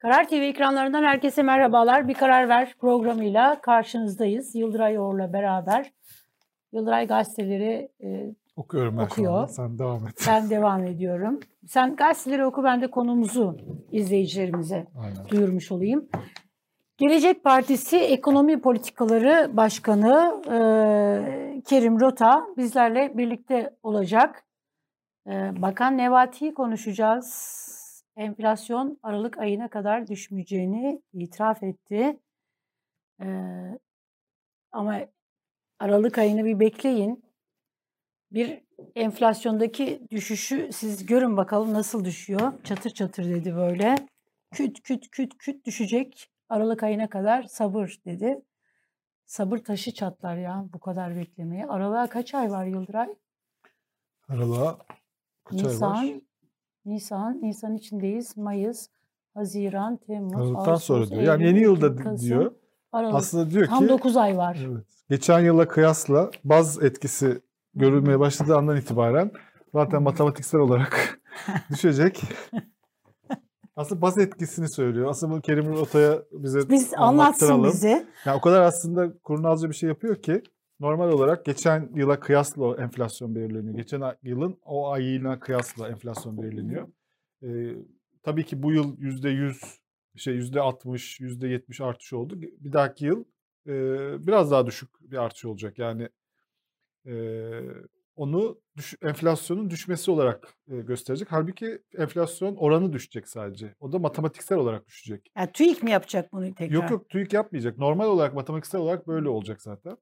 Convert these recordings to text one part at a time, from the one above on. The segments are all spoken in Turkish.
Karar TV ekranlarından herkese merhabalar. Bir Karar Ver programıyla karşınızdayız. Yıldıray Or'la beraber. Yıldıray gazeteleri okuyorum ben okuyor. şu anda. Sen devam et. Ben devam ediyorum. Sen gazeteleri oku, ben de konumuzu izleyicilerimize duyurmuş olayım. Gelecek Partisi Ekonomi Politikaları Başkanı Kerim Rota bizlerle birlikte olacak. Bakan Nebati'yi konuşacağız. Enflasyon Aralık ayına kadar düşmeyeceğini itiraf etti. Ama Aralık ayını bir bekleyin. Bir enflasyondaki düşüşü siz görün bakalım nasıl düşüyor. Çatır çatır dedi böyle. Küt küt küt küt düşecek. Aralık ayına kadar sabır dedi. Sabır taşı çatlar ya bu kadar beklemeye. Aralığa kaç ay var Yıldıray? Aralığa kaç ay var? Nisan içindeyiz. Mayıs, Haziran, Temmuz, Aralıktan Ağustos, sonra diyor. Eylül, Yani yeni yılda Ekim, Kasım, diyor. Aralık. Aslında diyor Tam ki 9 ay var. evet, geçen yıla kıyasla baz etkisi görülmeye başladığı andan itibaren zaten matematiksel olarak düşecek. Aslında baz etkisini söylüyor. Aslında bunu Kerim Rota'ya Biz anlatsın bize. Yani o kadar aslında kurnazca bir şey yapıyor ki normal olarak geçen yıla kıyasla o enflasyon belirleniyor. Geçen yılın o ayına kıyasla enflasyon belirleniyor. Tabii ki bu yıl %100, %60, %70 artış oldu. Bir dahaki yıl biraz daha düşük bir artış olacak. Yani onu enflasyonun düşmesi olarak gösterecek. Halbuki enflasyon oranı düşecek sadece. O da matematiksel olarak düşecek. Yani TÜİK mi yapacak bunu tekrar? Yok TÜİK yapmayacak. Normal olarak matematiksel olarak böyle olacak zaten.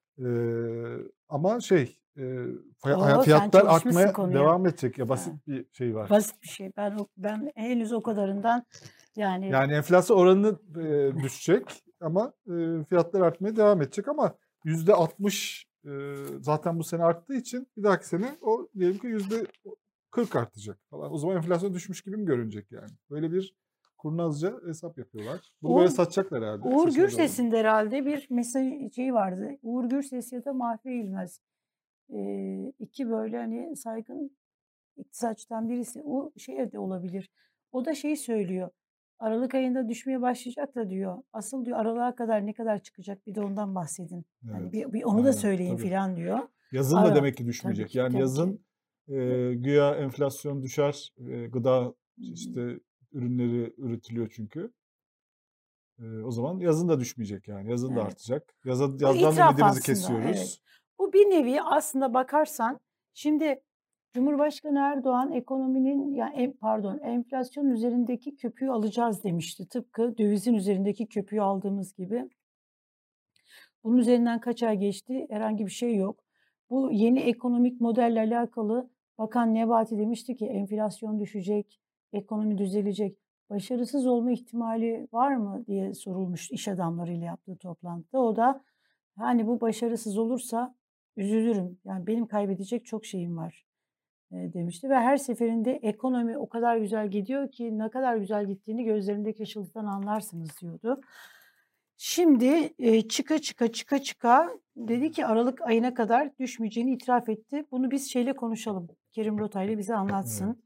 Ama fiyatlar artmaya devam edecek. Ya basit bir şey var. Basit bir şey. Ben henüz o kadarından yani enflasyon oranı düşecek ama fiyatlar artmaya devam edecek ama %60 zaten bu sene arttığı için bir dahaki sene o diyelim ki %40 artacak falan. O zaman enflasyon düşmüş gibi mi görünecek yani? Böyle bir kurnazca hesap yapıyorlar. Bunu böyle satacaklar herhalde. Uğur Gürses'in herhalde bir mesajı vardı. Uğur Gürses ya da Mahfi İlmez. İki böyle hani saygın iktisatçıdan birisi. O şey de olabilir. O da şeyi söylüyor. Aralık ayında düşmeye başlayacak da diyor. Asıl diyor aralığa kadar ne kadar çıkacak bir de ondan bahsedin. Evet. Hani bir onu da söyleyin filan diyor. Yazın da demek ki düşmeyecek. Tabii ki, yazın güya enflasyon düşer, gıda işte ürünleri üretiliyor çünkü. O zaman yazın da düşmeyecek yani. Yazın da artacak. Yazdan da ümidimizi kesiyoruz. Evet. Bu bir nevi aslında bakarsan şimdi Cumhurbaşkanı Erdoğan ekonominin enflasyon üzerindeki köpüğü alacağız demişti. Tıpkı dövizin üzerindeki köpüğü aldığımız gibi. Bunun üzerinden kaç ay geçti? Herhangi bir şey yok. Bu yeni ekonomik modelle alakalı Bakan Nebati demişti ki enflasyon düşecek, ekonomi düzelecek. Başarısız olma ihtimali var mı diye sorulmuş iş adamlarıyla yaptığı toplantıda. O da hani bu başarısız olursa üzülürüm. Yani benim kaybedecek çok şeyim var demişti. Ve her seferinde ekonomi o kadar güzel gidiyor ki ne kadar güzel gittiğini gözlerindeki ışıltıdan anlarsınız diyordu. Şimdi çıka dedi ki Aralık ayına kadar düşmeyeceğini itiraf etti. Bunu biz şeyle konuşalım. Kerim Rota ile bize anlatsın.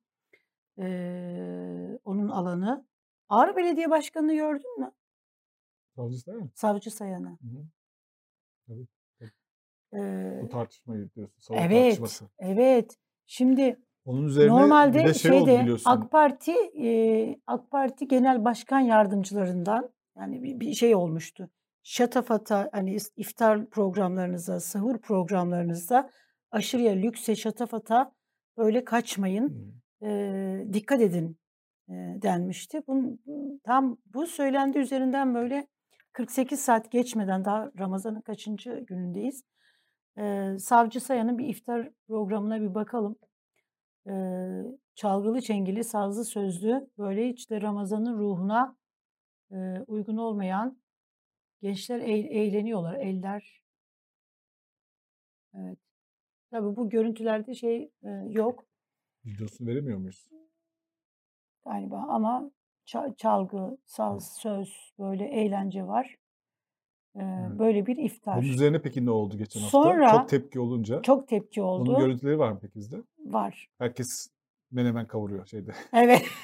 Onun alanı. Ağrı Belediye Başkanı'nı gördün mü? Savcı Sayan'ı. Savcı Sayan'ı. Evet. Bu tartışmayı diyorsun. Evet. Evet. Şimdi onun üzerine normalde bir de şey oldu biliyorsun. AK Parti Genel Başkan Yardımcılarından yani bir şey olmuştu. Şatafata hani iftar programlarınızda, sahur programlarınızda aşırıya lükse şatafata böyle kaçmayın. Dikkat edin denmişti. Tam bu söylendi üzerinden böyle 48 saat geçmeden daha Ramazan'ın kaçıncı günündeyiz. Savcı Sayan'ın bir iftar programına bir bakalım. Çalgılı çengeli, sazlı sözlü böyle hiç de Ramazan'ın ruhuna uygun olmayan gençler eğleniyorlar. Eller. Evet. Tabii bu görüntülerde yok. Videosunu veremiyor muyuz? Galiba ama çalgı, saz, söz böyle eğlence var. Böyle bir iftar. Bunun üzerine peki ne oldu geçen hafta? Çok tepki olunca. Çok tepki oldu. Onun görüntüleri var mı peki bizde? Var. Herkes menemen kavuruyor şeyde. Evet.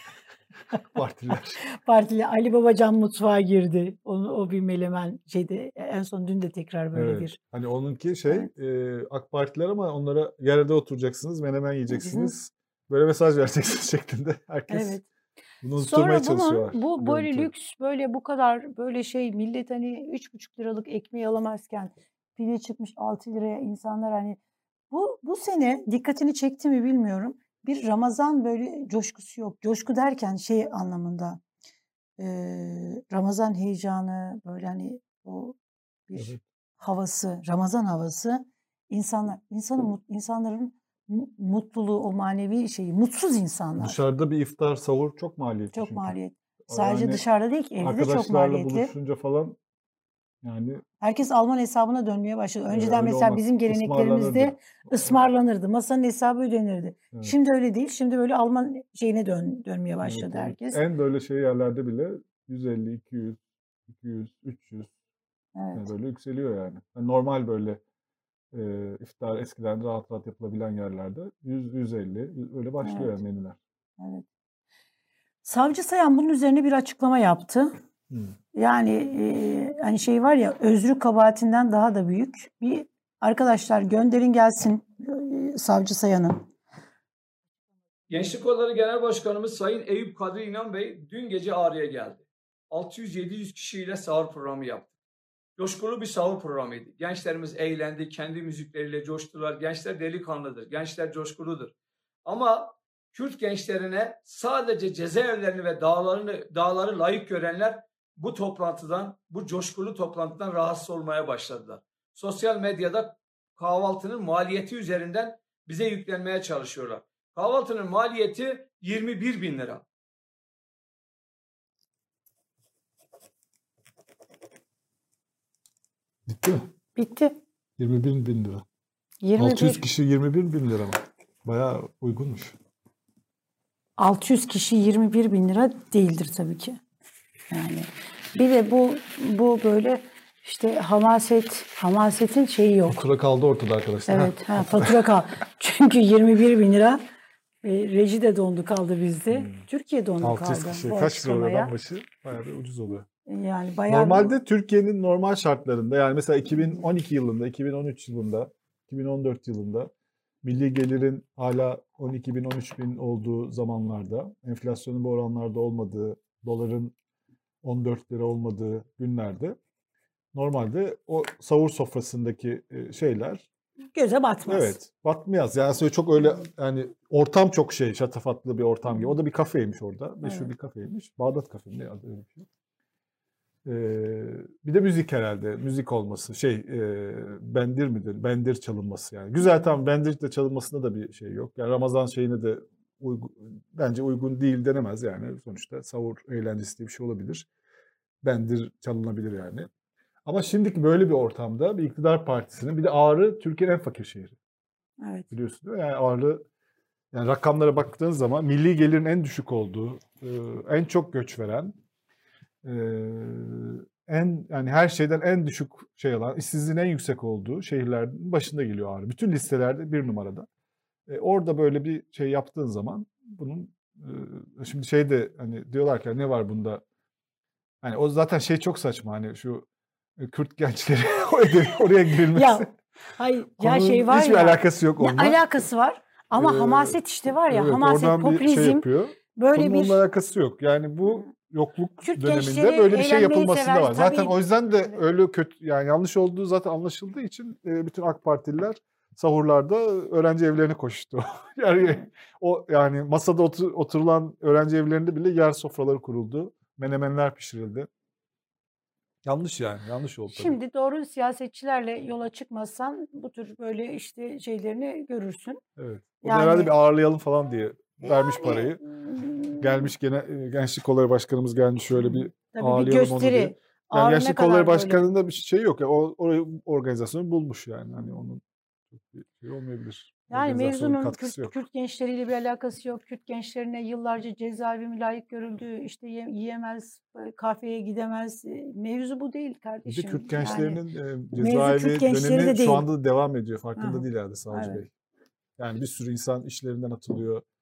Partiler. Partili Ali Babacan mutfağa girdi. O bir melemen şeyde en son dün de tekrar böyle Evet. bir. Hani onunki Evet. AK Partiler ama onlara yerde oturacaksınız, menemen Hı hı. yiyeceksiniz, böyle mesaj vereceksiniz şeklinde herkes Evet. bunu unutturmaya Sonra bunun çalışıyorlar bu böyle görüntüyü. lüks böyle bu kadar böyle şey millet hani 3,5 liralık ekmeği alamazken pide çıkmış 6 liraya insanlar hani bu sene dikkatini çekti mi bilmiyorum. Bir Ramazan böyle coşkusu yok. Coşku derken şey anlamında Ramazan heyecanı böyle hani o bir Evet. havası, Ramazan havası insanların mutluluğu o manevi şeyi mutsuz insanlar. Dışarıda bir iftar, sahur çok maliyetli Çok çünkü. maliyet. Sadece Yani dışarıda değil ki evde de çok arkadaşlarla maliyetli. buluşunca falan yani Herkes Alman hesabına dönmeye başladı. Önceden öyle mesela olmaz. bizim Ismarlanırdı. geleneklerimizde ısmarlanırdı. Masanın hesabı ödenirdi. Evet. Şimdi öyle değil. Şimdi böyle Alman şeyine dönmeye Evet, başladı evet. herkes. En böyle şey yerlerde bile 150, 200, 200, 300 yani Evet. böyle yükseliyor yani. Yani normal böyle iftar eskiden rahat rahat yapılabilen yerlerde 100, 150 öyle başlıyor Evet. yani menüler. Evet. Savcı Sayan bunun üzerine bir açıklama yaptı. Hmm. Yani hani şey var ya özrü kabahatinden daha da büyük. Bir arkadaşlar gönderin gelsin Savcı Sayan'ın. Gençlik Kolları Genel Başkanımız Sayın Eyüp Kadri İnan Bey dün gece Ağrı'ya geldi. 600-700 kişiyle sahur programı yaptı. Coşkulu bir sahur programıydı. Gençlerimiz eğlendi, kendi müzikleriyle coştular. Gençler delikanlıdır, gençler coşkuludur. Ama Kürt gençlerine sadece cezaevlerini ve dağları layık görenler bu toplantıdan, bu coşkulu toplantıdan rahatsız olmaya başladılar. Sosyal medyada kahvaltının maliyeti üzerinden bize yüklenmeye çalışıyorlar. Kahvaltının maliyeti 21 bin lira. Bitti mi? Bitti. 21 bin lira. 21. 600 kişi 21 bin lira mı? Bayağı uygunmuş. 600 kişi 21 bin lira değildir tabii ki. Yani bir de bu böyle işte hamasetin şeyi yok. Fatura kaldı ortada arkadaşlar. Evet, fatura kal. Çünkü 21 bin lira reji de dondu kaldı bizde. Türkiye dondu 600 kaldı kişi bu kaç lira oluyor açıklamaya. adam başı? Bayağı bir ucuz oluyor. Yani bayağı Normalde Türkiye'nin normal şartlarında yani mesela 2012 yılında, 2013 yılında, 2014 yılında milli gelirin hala 12 bin, 13 bin olduğu zamanlarda, enflasyonun bu oranlarda olmadığı, doların 14 lira olmadığı günlerde normalde o sahur sofrasındaki şeyler göze batmaz. evet batmaz. Yani söyle çok öyle yani ortam çok şey şatafatlı bir ortam gibi. O da bir kafeymiş orada. Meşhur Evet. bir kafeymiş. Bağdat Kafe mi ne adı öyle bir şey. Bir de müzik herhalde. Müzik olması. Bendir midir? Bendir çalınması yani. Güzel tamam bendir de çalınmasında da bir şey yok. Yani Ramazan şeyine de bence uygun değil denemez yani. Sonuçta sahur eğlencesi diye bir şey olabilir. Bendir çalınabilir yani. Ama şimdiki böyle bir ortamda bir iktidar partisinin bir de Ağrı Türkiye'nin en fakir şehri. Evet. Biliyorsun değil mi? Yani Ağrı yani rakamlara baktığınız zaman milli gelirin en düşük olduğu, en çok göç veren, en yani her şeyden en düşük şey alan, işsizliğin en yüksek olduğu şehirlerin başında geliyor Ağrı. Bütün listelerde bir numarada. Orada böyle bir şey yaptığın zaman bunun şimdi şey de hani diyorlar ki ne var bunda? Hani o zaten şey çok saçma hani şu Kürt gençleri oraya girilmesi. Ya hayır ya şey Konunun var hiçbir ya alakası yok ne onunla. alakası var? Ama hamaset işte var ya Evet, hamaset oradan bir şey popülizm yapıyor. böyle Konunun onunla bir alakası yok. Yani bu yokluk Kürt döneminde gençleri böyle bir şey eğlenmeyi yapılmasında sever var. Zaten tabii. o yüzden de Evet. öyle kötü yani yanlış olduğu zaten anlaşıldığı için bütün AK Partililer sahurlarda öğrenci evlerine koştu. Yani Evet. o yani masada oturulan öğrenci evlerinde bile yer sofraları kuruldu. Menemenler pişirildi. Yanlış yani. Yanlış oldu tabii. Şimdi doğru siyasetçilerle yola çıkmazsan bu tür böyle işte şeylerini görürsün. Evet. O da herhalde Yani bir ağırlayalım falan diye vermiş yani parayı. Gelmiş gene Gençlik Kolları Başkanımız gelmiş şöyle bir tabii bir ağırlayalım onu diye. gösteri. Yani Ağrı ne Gençlik Kolları kadar böyle Başkanı'nda bir şey yok. Yani orayı organizasyonu bulmuş yani. Hani onun çok bir şey olmayabilir. yani Organizasyonun mevzunun katkısı yok. Kürt gençleriyle bir alakası yok. Kürt gençlerine yıllarca cezaevi mi layık görüldü, işte yiyemez, kahveye gidemez. Mevzu bu değil Bir de kardeşim. Kürt Yani gençlerinin mevzu Kürt cezaevi gençleri dönemi de şu değil. anda da devam ediyor. Farkında Hı, değil herhalde Savcı evet. Bey. Yani bir sürü insan işlerinden atılıyor.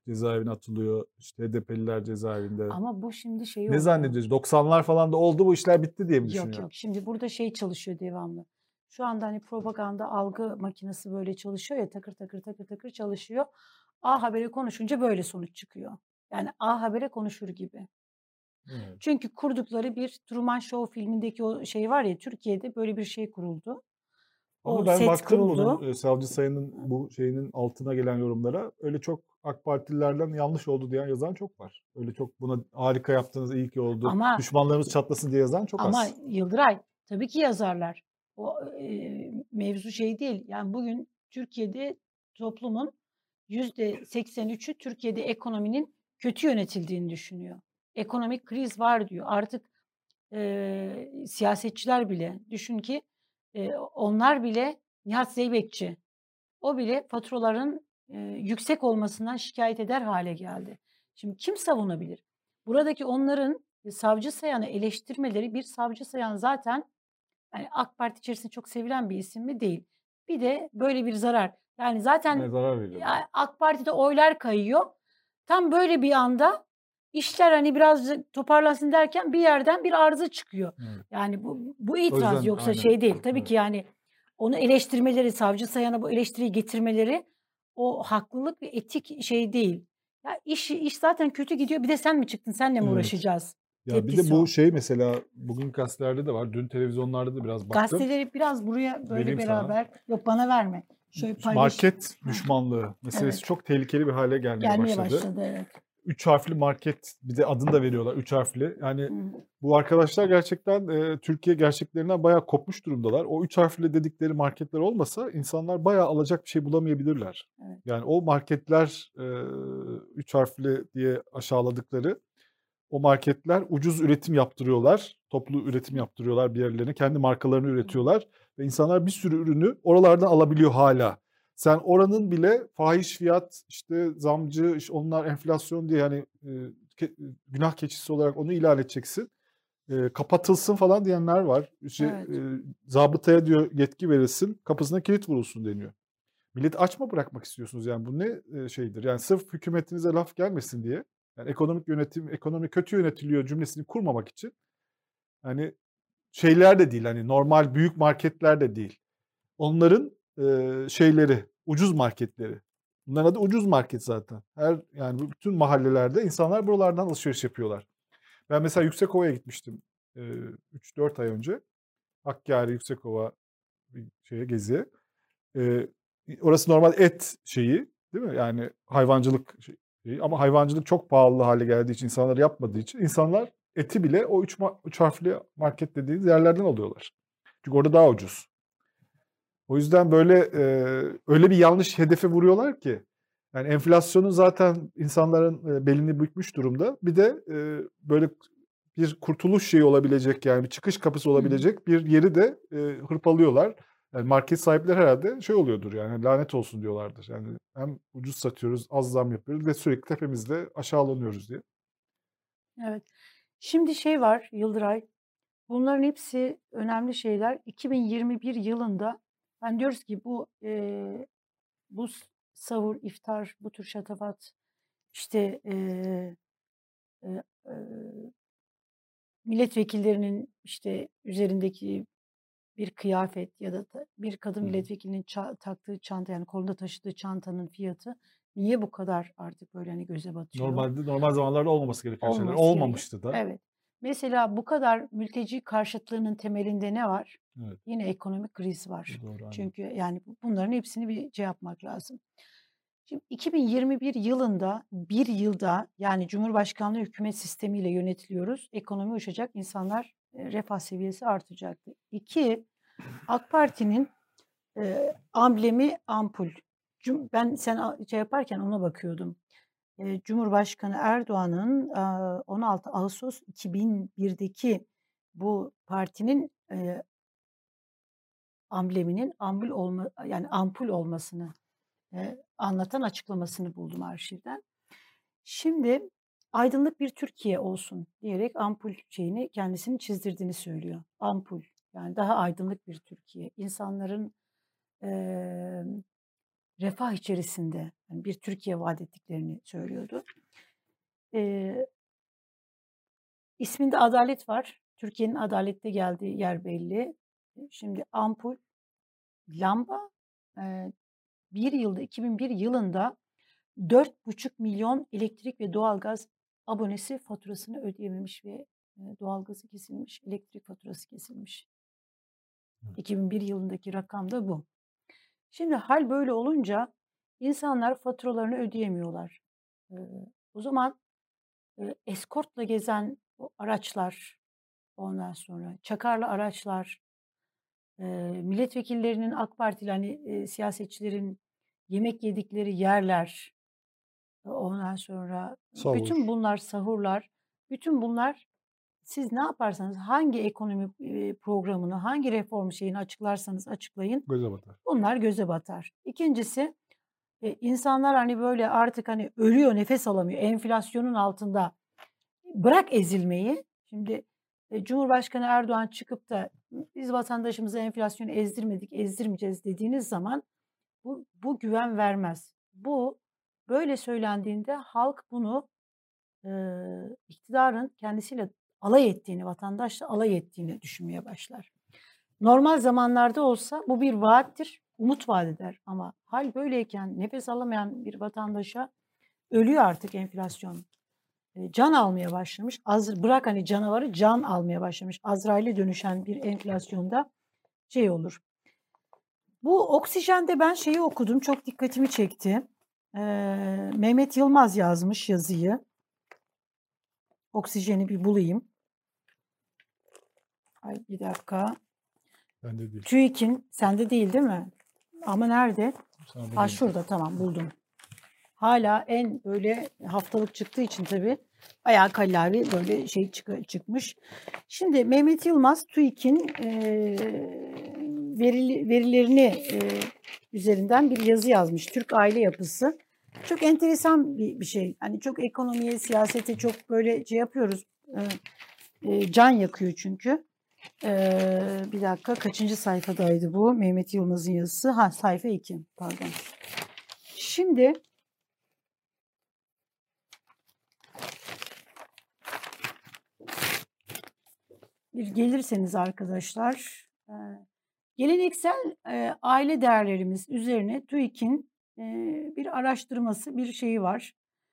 cezaevine atılıyor. İşte HDP'liler cezaevinde. Ama bu şimdi şey Ne oluyor. zannediyoruz? 90'lar falan da oldu, bu işler bitti diye mi Yok düşünüyor? yok. Şimdi burada şey çalışıyor devamlı. Şu anda hani propaganda algı makinesi böyle çalışıyor ya, takır takır takır takır çalışıyor. A Haber'e konuşunca böyle sonuç çıkıyor. Yani A Haber'e konuşur gibi. Evet. Çünkü kurdukları bir Truman Show filmindeki o şey var ya, Türkiye'de böyle bir şey kuruldu. Ama O ben set baktım kuruldu. bunun Savcı Sayın'ın bu şeyinin altına gelen yorumlara. Öyle çok AK Partililerden yanlış oldu diyen yazan çok var. Öyle çok buna harika yaptınız, iyi ki oldu, Ama düşmanlarımız çatlasın diye yazan çok Ama az. Yıldıray tabii ki yazarlar. O mevzu şey değil. Yani bugün Türkiye'de toplumun %83'ü Türkiye'de ekonominin kötü yönetildiğini düşünüyor. Ekonomik kriz var diyor. Artık siyasetçiler bile düşün ki onlar bile Nihat Zeybekçi o bile faturaların yüksek olmasından şikayet eder hale geldi. Şimdi kim savunabilir? Buradaki onların savcı sayanı eleştirmeleri, bir savcı sayan zaten yani AK Parti içerisinde çok sevilen bir isim mi? Değil. Bir de böyle bir zarar. Yani zaten Zarar veriyor. AK Parti'de oylar kayıyor. Tam böyle bir anda işler hani biraz toparlansın derken bir yerden bir arıza çıkıyor. Evet. Yani bu O itiraz yüzden yoksa aynen. şey değil. Tabii Evet. ki yani onu eleştirmeleri, savcı sayana bu eleştiriyi getirmeleri o haklılık ve etik şey değil. Ya iş zaten kötü gidiyor. Bir de sen mi çıktın? Senle mi Evet. uğraşacağız? Ya bir de Tepkisi bu o. şey mesela bugün gazetelerde de var. Dün televizyonlarda da biraz baktım. Gazeteleri biraz buraya böyle Vereyim sana. beraber. Yok bana verme. Şöyle paylaş. Market düşmanlığı meselesi Evet. çok tehlikeli bir hale gelmeye Gelmeye başladı. başladı evet. 3 harfli market, bir de adını da veriyorlar 3 harfli. Yani Hı. bu arkadaşlar gerçekten Türkiye gerçeklerinden bayağı kopmuş durumdalar. O 3 harfli dedikleri marketler olmasa insanlar bayağı alacak bir şey bulamayabilirler. Evet. Yani o marketler 3 harfli diye aşağıladıkları o marketler ucuz üretim yaptırıyorlar. Toplu üretim yaptırıyorlar bir yerlerine. Kendi markalarını üretiyorlar. Ve insanlar bir sürü ürünü oralardan alabiliyor hala. Sen oranın bile fahiş fiyat, işte zamcı, işte onlar enflasyon diye yani günah keçisi olarak onu ilan edeceksin. Kapatılsın falan diyenler var. İşte, Evet. zabıtaya diyor yetki verilsin, kapısına kilit vurulsun deniyor. Millet aç mı bırakmak istiyorsunuz yani bu ne şeydir? Yani sırf hükümetinize laf gelmesin diye, yani ekonomik yönetim, ekonomi kötü yönetiliyor cümlesini kurmamak için hani şeyler de değil, hani normal büyük marketler de değil. Onların şeyleri, ucuz marketleri. Bunların adı ucuz market zaten. Yani bütün mahallelerde insanlar buralardan alışveriş yapıyorlar. Ben mesela Yüksekova'ya gitmiştim 3-4 ay önce. Hakkari, Yüksekova bir şeye geziye. Eee, Orası normal et şeyi, değil mi? Yani hayvancılık şeyi ama hayvancılık çok pahalı hale geldiği için, insanlar yapmadığı için insanlar eti bile o üç harfli market dediğiniz yerlerden alıyorlar. Çünkü orada daha ucuz. O yüzden böyle öyle bir yanlış hedefe vuruyorlar ki yani enflasyonun zaten insanların belini bükmüş durumda. Bir de böyle bir kurtuluş şeyi olabilecek yani bir çıkış kapısı Hı. olabilecek bir yeri de hırpalıyorlar. Yani market sahipleri herhalde şey oluyordur yani lanet olsun diyorlardır. Yani hem ucuz satıyoruz, az zam yapıyoruz ve sürekli tepemizde aşağılanıyoruz diye. Evet. Şimdi şey var Yıldıray. Bunların hepsi önemli şeyler. 2021 yılında ben diyoruz ki bu sahur, iftar, bu tür şatafat işte e, e, milletvekillerinin işte üzerindeki bir kıyafet ya da bir kadın milletvekilinin taktığı çanta yani kolunda taşıdığı çantanın fiyatı niye bu kadar artık böyle hani göze batıyor? Normal zamanlarda olmaması gereken şeyler. Olması gereken. Olmamıştı da. Evet. Mesela bu kadar mülteci karşıtlığının temelinde ne var? Evet. Yine ekonomik kriz var. Doğru, aynen. Çünkü yani bunların hepsini bir şey yapmak lazım. Şimdi 2021 yılında bir yılda yani Cumhurbaşkanlığı hükümet sistemiyle yönetiliyoruz. Ekonomi uçacak, insanlar refah seviyesi artacaktı. İki, AK Parti'nin amblemi ampul. Ben sen şey yaparken ona bakıyordum. Cumhurbaşkanı Erdoğan'ın 16 Ağustos 2001'deki bu partinin ambleminin ampul olmasını anlatan açıklamasını buldum arşivden. Şimdi aydınlık bir Türkiye olsun diyerek ampul şeyini kendisini çizdirdiğini söylüyor. Ampul yani daha aydınlık bir Türkiye. İnsanların refah içerisinde yani bir Türkiye vaat ettiklerini söylüyordu. İsminde adalet var. Türkiye'nin adalette geldiği yer belli. Şimdi ampul, lamba bir yılda 2001 yılında 4,5 milyon elektrik ve doğalgaz abonesi faturasını ödeyememiş ve doğalgazı kesilmiş, elektrik faturası kesilmiş. 2001 yılındaki rakam da bu. Şimdi hal böyle olunca insanlar faturalarını ödeyemiyorlar. O zaman eskortla gezen o araçlar, ondan sonra çakarlı araçlar, milletvekillerinin AK Partili hani siyasetçilerin yemek yedikleri yerler, ondan sonra Sahur. bütün bunlar sahurlar, bütün bunlar siz ne yaparsanız hangi ekonomi programını, hangi reform şeyini açıklarsanız açıklayın Göze batar. bunlar göze batar. İkincisi insanlar hani böyle artık hani ölüyor, nefes alamıyor. Enflasyonun altında bırak ezilmeyi. Şimdi Cumhurbaşkanı Erdoğan çıkıp da biz vatandaşımıza enflasyonu ezdirmedik, ezdirmeyeceğiz dediğiniz zaman bu güven vermez. Bu böyle söylendiğinde halk bunu iktidarın kendisiyle alay ettiğini, vatandaşla alay ettiğini düşünmeye başlar. Normal zamanlarda olsa bu bir vaattir, umut vaat eder. Ama hal böyleyken nefes alamayan bir vatandaşa ölüyor artık enflasyon. Can almaya başlamış. Bırak hani canavarı can almaya başlamış. Azrail'e dönüşen bir enflasyonda şey olur. Bu oksijende ben şeyi okudum. Çok dikkatimi çekti. Mehmet Yılmaz yazmış yazıyı. Oksijeni bir bulayım. Ay bir dakika. Bende değil. TÜİK'in sende değil mi? Ama nerede? Sana Ha bulayım. şurada tamam buldum. Hala en böyle haftalık çıktığı için tabii bayağı kallavi böyle şey çıkmış. Şimdi Mehmet Yılmaz TÜİK'in verilerini üzerinden bir yazı yazmış. Türk aile yapısı. Çok enteresan bir şey. Hani çok ekonomiye, siyasete çok böyle şey yapıyoruz. Can yakıyor çünkü. Bir dakika kaçıncı sayfadaydı bu? Mehmet Yılmaz'ın yazısı. Ha sayfa 2 pardon. Şimdi bir gelirseniz arkadaşlar geleneksel aile değerlerimiz üzerine TÜİK'in bir araştırması bir şeyi var.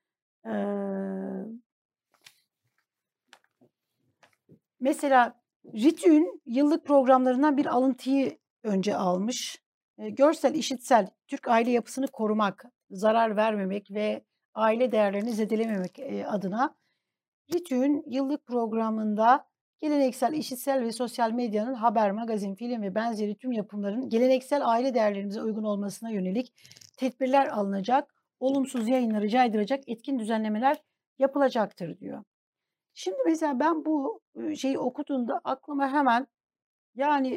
Mesela RİTÜ'nün yıllık programlarından bir alıntıyı önce almış. Görsel, işitsel Türk aile yapısını korumak, zarar vermemek ve aile değerlerini zedelememek adına RİTÜ'nün yıllık programında geleneksel, işitsel ve sosyal medyanın haber, magazin, film ve benzeri tüm yapımların geleneksel aile değerlerimize uygun olmasına yönelik tedbirler alınacak, olumsuz yayınları caydıracak etkin düzenlemeler yapılacaktır diyor. Şimdi mesela ben bu şeyi okuduğumda aklıma hemen yani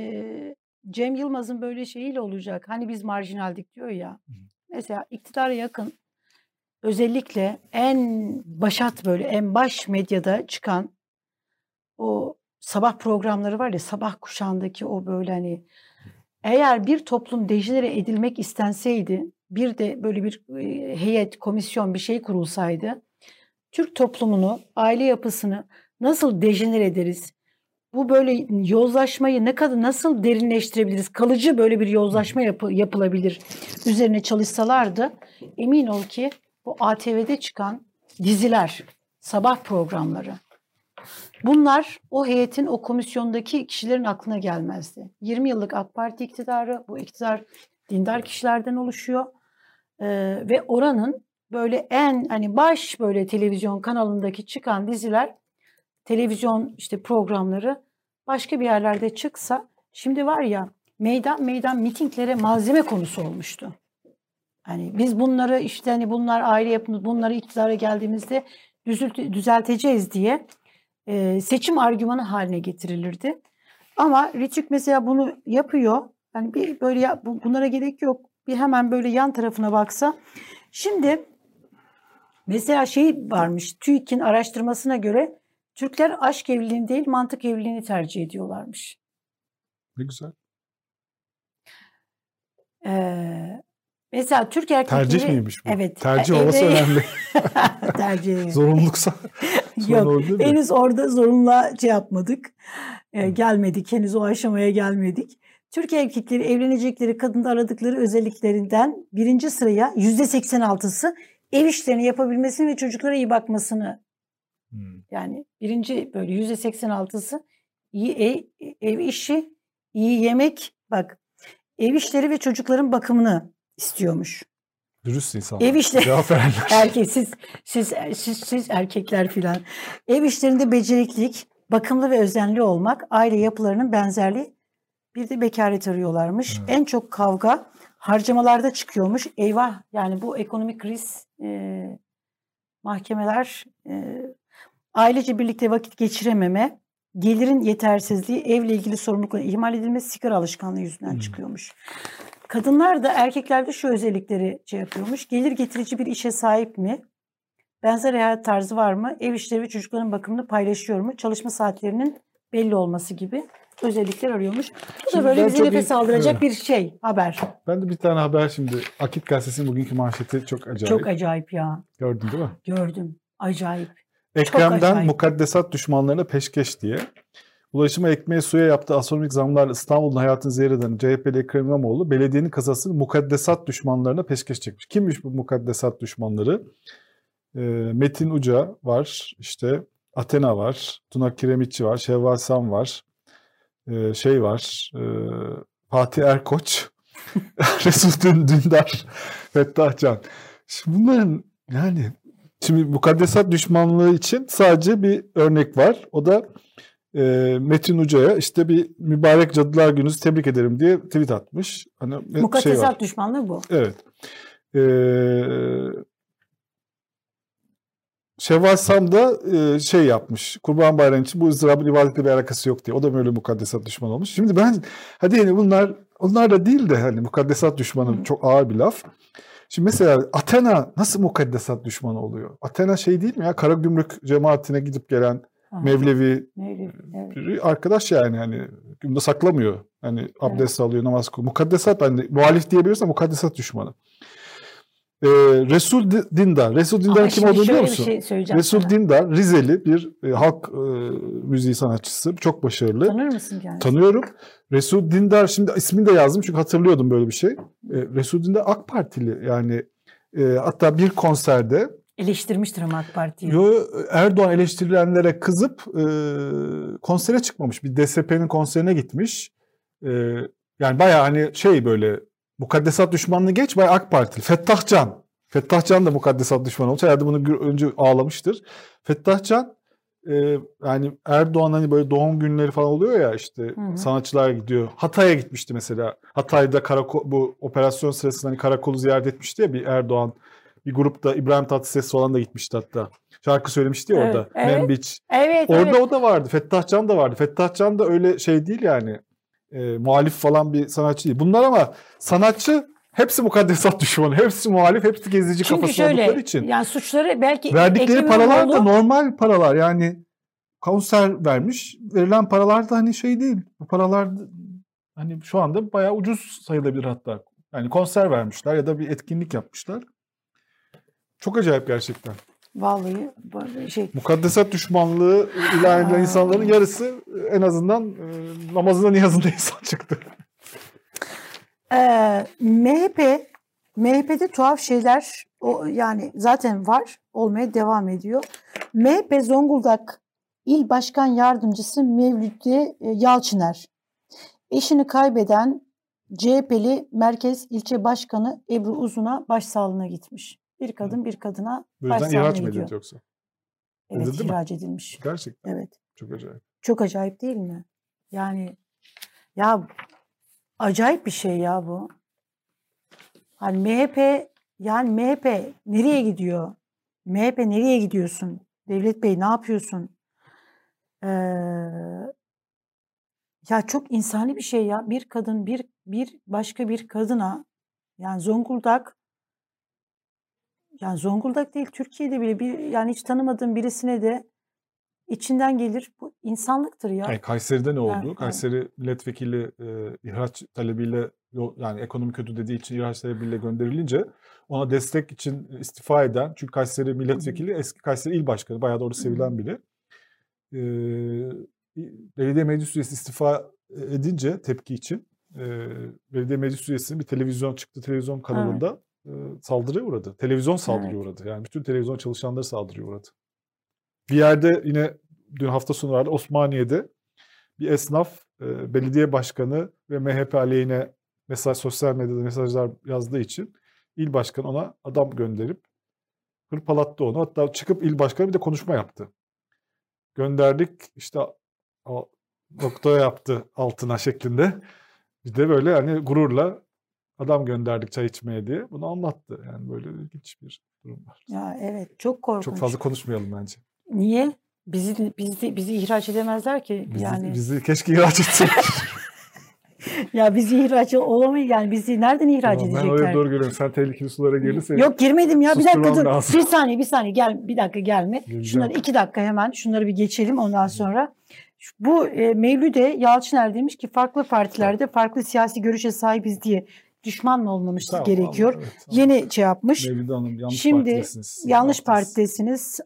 Cem Yılmaz'ın böyle şeyiyle olacak. Hani biz marjinaldik diyor ya. Mesela iktidara yakın özellikle en başat böyle en baş medyada çıkan o sabah programları var ya sabah kuşağındaki o böyle hani eğer bir toplum dejenere edilmek istenseydi bir de böyle bir heyet, komisyon bir şey kurulsaydı Türk toplumunu, aile yapısını nasıl dejenere ederiz? Bu böyle yozlaşmayı nasıl derinleştirebiliriz? Kalıcı böyle bir yozlaşma yapılabilir. Üzerine çalışsalardı emin ol ki bu ATV'de çıkan diziler, sabah programları bunlar o heyetin, o komisyondaki kişilerin aklına gelmezdi. 20 yıllık AK Parti iktidarı, bu iktidar dindar kişilerden oluşuyor. Ve oranın böyle en hani baş böyle televizyon kanalındaki çıkan diziler, televizyon işte programları başka bir yerlerde çıksa şimdi var ya meydan mitinglere malzeme konusu olmuştu. Hani biz bunları işte hani bunlar aile yapımız bunları iktidara geldiğimizde düzelteceğiz diye seçim argümanı haline getirilirdi. Ama Rütük mesela bunu yapıyor. Yani bir böyle bunlara gerek yok. Bir hemen böyle yan tarafına baksa. Şimdi mesela şey varmış. TÜİK'in araştırmasına göre Türkler aşk evliliğini değil mantık evliliğini tercih ediyorlarmış. Ne güzel. Mesela Türk erkekleri... Tercih miymiş bu? Evet. Tercih olması önemli. Tercih. Zorunluluksa Yok, olabilir mi? henüz orada zorunla yapmadık. Gelmedik, henüz o aşamaya gelmedik. Türk erkekleri evlenecekleri kadında aradıkları özelliklerinden birinci sıraya %86'sı ev işlerini yapabilmesini ve çocuklara iyi bakmasını. Yani birinci böyle %86'sı iyi ev işi, iyi yemek, bak ev işleri ve çocukların bakımını istiyormuş. Dürüst insanlar. Ev işleri. Cevap verenler. Erkek, siz erkekler filan. Ev işlerinde beceriklilik, bakımlı ve özenli olmak, aile yapılarının benzerliği, bir de bekaret arıyorlarmış. Evet. En çok kavga harcamalarda çıkıyormuş. Eyvah, yani bu ekonomik kriz, mahkemeler, ailece birlikte vakit geçirememe, gelirin yetersizliği, evle ilgili sorumlulukların ihmal edilmesi, sigara alışkanlığı yüzünden çıkıyormuş. Kadınlar da erkeklerde şu özellikleri yapıyormuş. Gelir getirici bir işe sahip mi? Benzer hayat tarzı var mı? Ev işleri ve çocukların bakımını paylaşıyor mu? Çalışma saatlerinin belli olması gibi özellikler arıyormuş. Bu Şimdi da böyle ben bize çok nefes iyi- aldıracak evet. bir haber. Ben de bir tane haber şimdi. Akit Gazetesi'nin bugünkü manşeti çok acayip. Çok acayip ya. Gördün değil mi? Gördüm. Acayip. Ekrem'den acayip. mukaddesat düşmanlarına peşkeş diye. Ulaşıma, ekmeğe, suya yaptığı astronomik zamlarla İstanbul'un hayatını zehir eden CHP'li Ekrem İmamoğlu belediyenin kasasını mukaddesat düşmanlarına peşkeş çekmiş. Kimmiş bu mukaddesat düşmanları? Metin Uca var, işte Athena var, Tuna Kiremitçi var, Şevval Sam var, var, Fatih Erkoç, Resul Dündar, Fettah Can. Şimdi bunların şimdi mukaddesat düşmanlığı için sadece bir örnek var. O da Metin Uca'ya işte bir mübarek Cadılar Günü'nüzü tebrik ederim diye tweet atmış. Hani Mukaddesat düşmanlığı bu. Evet. Şevval Sam da yapmış. Kurban Bayramı için bu ızdırabın ibadetle bir alakası yok diye. O da böyle mukaddesat düşmanı olmuş. Şimdi hadi yani onlar da değil de hani mukaddesat düşmanı çok ağır bir laf. Şimdi mesela Athena nasıl mukaddesat düşmanı oluyor? Athena değil mi ya? Karagümrük cemaatine gidip gelen Mevlevi evet. arkadaş yani hani günde saklamıyor. Hani abdest alıyor, namaz kılıyor. Mukaddesat muhalif diyebiliriz ama mukaddesat düşmanı. Resul Dindar. Resul Dindar'ın kim olduğunu biliyor musun? Resul Dindar Rizeli bir halk müziği sanatçısı. Çok başarılı. Tanır mısın kendisi? Tanıyorum. Resul Dindar, şimdi ismini de yazdım çünkü hatırlıyordum böyle bir şey. Resul Dindar AK Partili yani hatta bir konserde eleştirmiştir ama AK Parti'yi. Erdoğan eleştirilenlere kızıp konsere çıkmamış. Bir DSP'nin konserine gitmiş. Yani bayağı hani böyle mukaddesat düşmanlığı geç, bayağı AK Partili. Fettah Can. Fettah Can da mukaddesat düşmanı olmuş. Herhalde bunu önce ağlamıştır. Fettah Can yani Erdoğan hani böyle doğum günleri falan oluyor ya işte sanatçılar gidiyor. Hatay'a gitmişti mesela. Hatay'da bu operasyon sırasında hani karakolu ziyaret etmişti ya bir Erdoğan. Bir grupta İbrahim Tatlıses falan da gitmişti hatta. Şarkı söylemişti ya orada. Evet. Membiç. Evet, orada o da vardı. Fettah Can da vardı. Fettah Can da öyle değil yani. Muhalif falan bir sanatçı değil. Bunlar ama sanatçı hepsi mukaddesat düşmanı. Hepsi muhalif, hepsi gezici kafası oldukları için. Yani suçları belki verdikleri paralar da normal paralar. Yani konser vermiş. Verilen paralar da hani değil. Bu paralar hani şu anda bayağı ucuz sayılabilir hatta. Yani konser vermişler ya da bir etkinlik yapmışlar. Çok acayip gerçekten. Vallahi mukaddesat düşmanlığı ilan edilen insanların yarısı en azından namazına niyazında insan çıktı. MHP'de tuhaf şeyler yani zaten var, olmaya devam ediyor. MHP Zonguldak İl Başkan Yardımcısı Mevlüt Yalçıner, eşini kaybeden CHP'li Merkez İlçe Başkanı Ebru Uzun'a başsağlığına gitmiş. Bir kadın bir kadına başsağlığına gidiyor. ihraç mı yoksa? Evet, ihraç edilmiş. Gerçekten. Evet. Çok acayip. Çok acayip değil mi? Yani ya acayip bir şey ya bu. Hani MHP nereye gidiyor? MHP nereye gidiyorsun? Devlet Bey ne yapıyorsun? Ya çok insani bir şey ya. Bir kadın bir başka bir kadına yani Zonguldak değil Türkiye'de bile yani hiç tanımadığım birisine de içinden gelir. Bu insanlıktır ya. Yani Kayseri'de ne oldu? Evet. Kayseri milletvekili ihraç talebiyle yani ekonomi kötü dediği için ihraç talebiyle gönderilince ona destek için istifa eden, çünkü Kayseri milletvekili eski Kayseri il başkanı, bayağı da orada sevilen biri. Belediye meclis üyesi istifa edince tepki için belediye meclis üyesinin bir televizyon kanalında saldırıya uğradı. Televizyon saldırıya uğradı. Yani bütün televizyon çalışanları saldırıya uğradı. Bir yerde yine dün hafta sonu vardı Osmaniye'de bir esnaf belediye başkanı ve MHP aleyhine sosyal medyada mesajlar yazdığı için il başkanı ona adam gönderip hırpalattı onu. Hatta çıkıp il başkanı bir de konuşma yaptı. Gönderdik işte o noktaya yaptı altına şeklinde. Bir de böyle hani gururla adam gönderdik çay içmeye diye bunu anlattı. Yani böyle ilginç bir durum var. Ya evet, çok korkunç. Çok fazla konuşmayalım bence. Niye? Bizi ihraç edemezler ki Bizi keşke ihraç etsin. Ya bizi ihraç olamayız yani, bizi nereden ihraç edecekler? Ben oraya doğru geliyorum. Sen tehlikeli sulara girdin. Yok girmedim ya, bir dakika dur. Lazım. Bir saniye gel, bir dakika gelme. Geleceğim. Şunları 2 dakika hemen şunları bir geçelim ondan sonra. Bu Mevlüde Yalçıner demiş ki farklı partilerde farklı siyasi görüşe sahibiz diye düşman mı olmaması gerekiyor? Evet, Yeni şey yapmış. Mevlüde Hanım yanlış Şimdi partidesiniz. yanlış partidesiniz.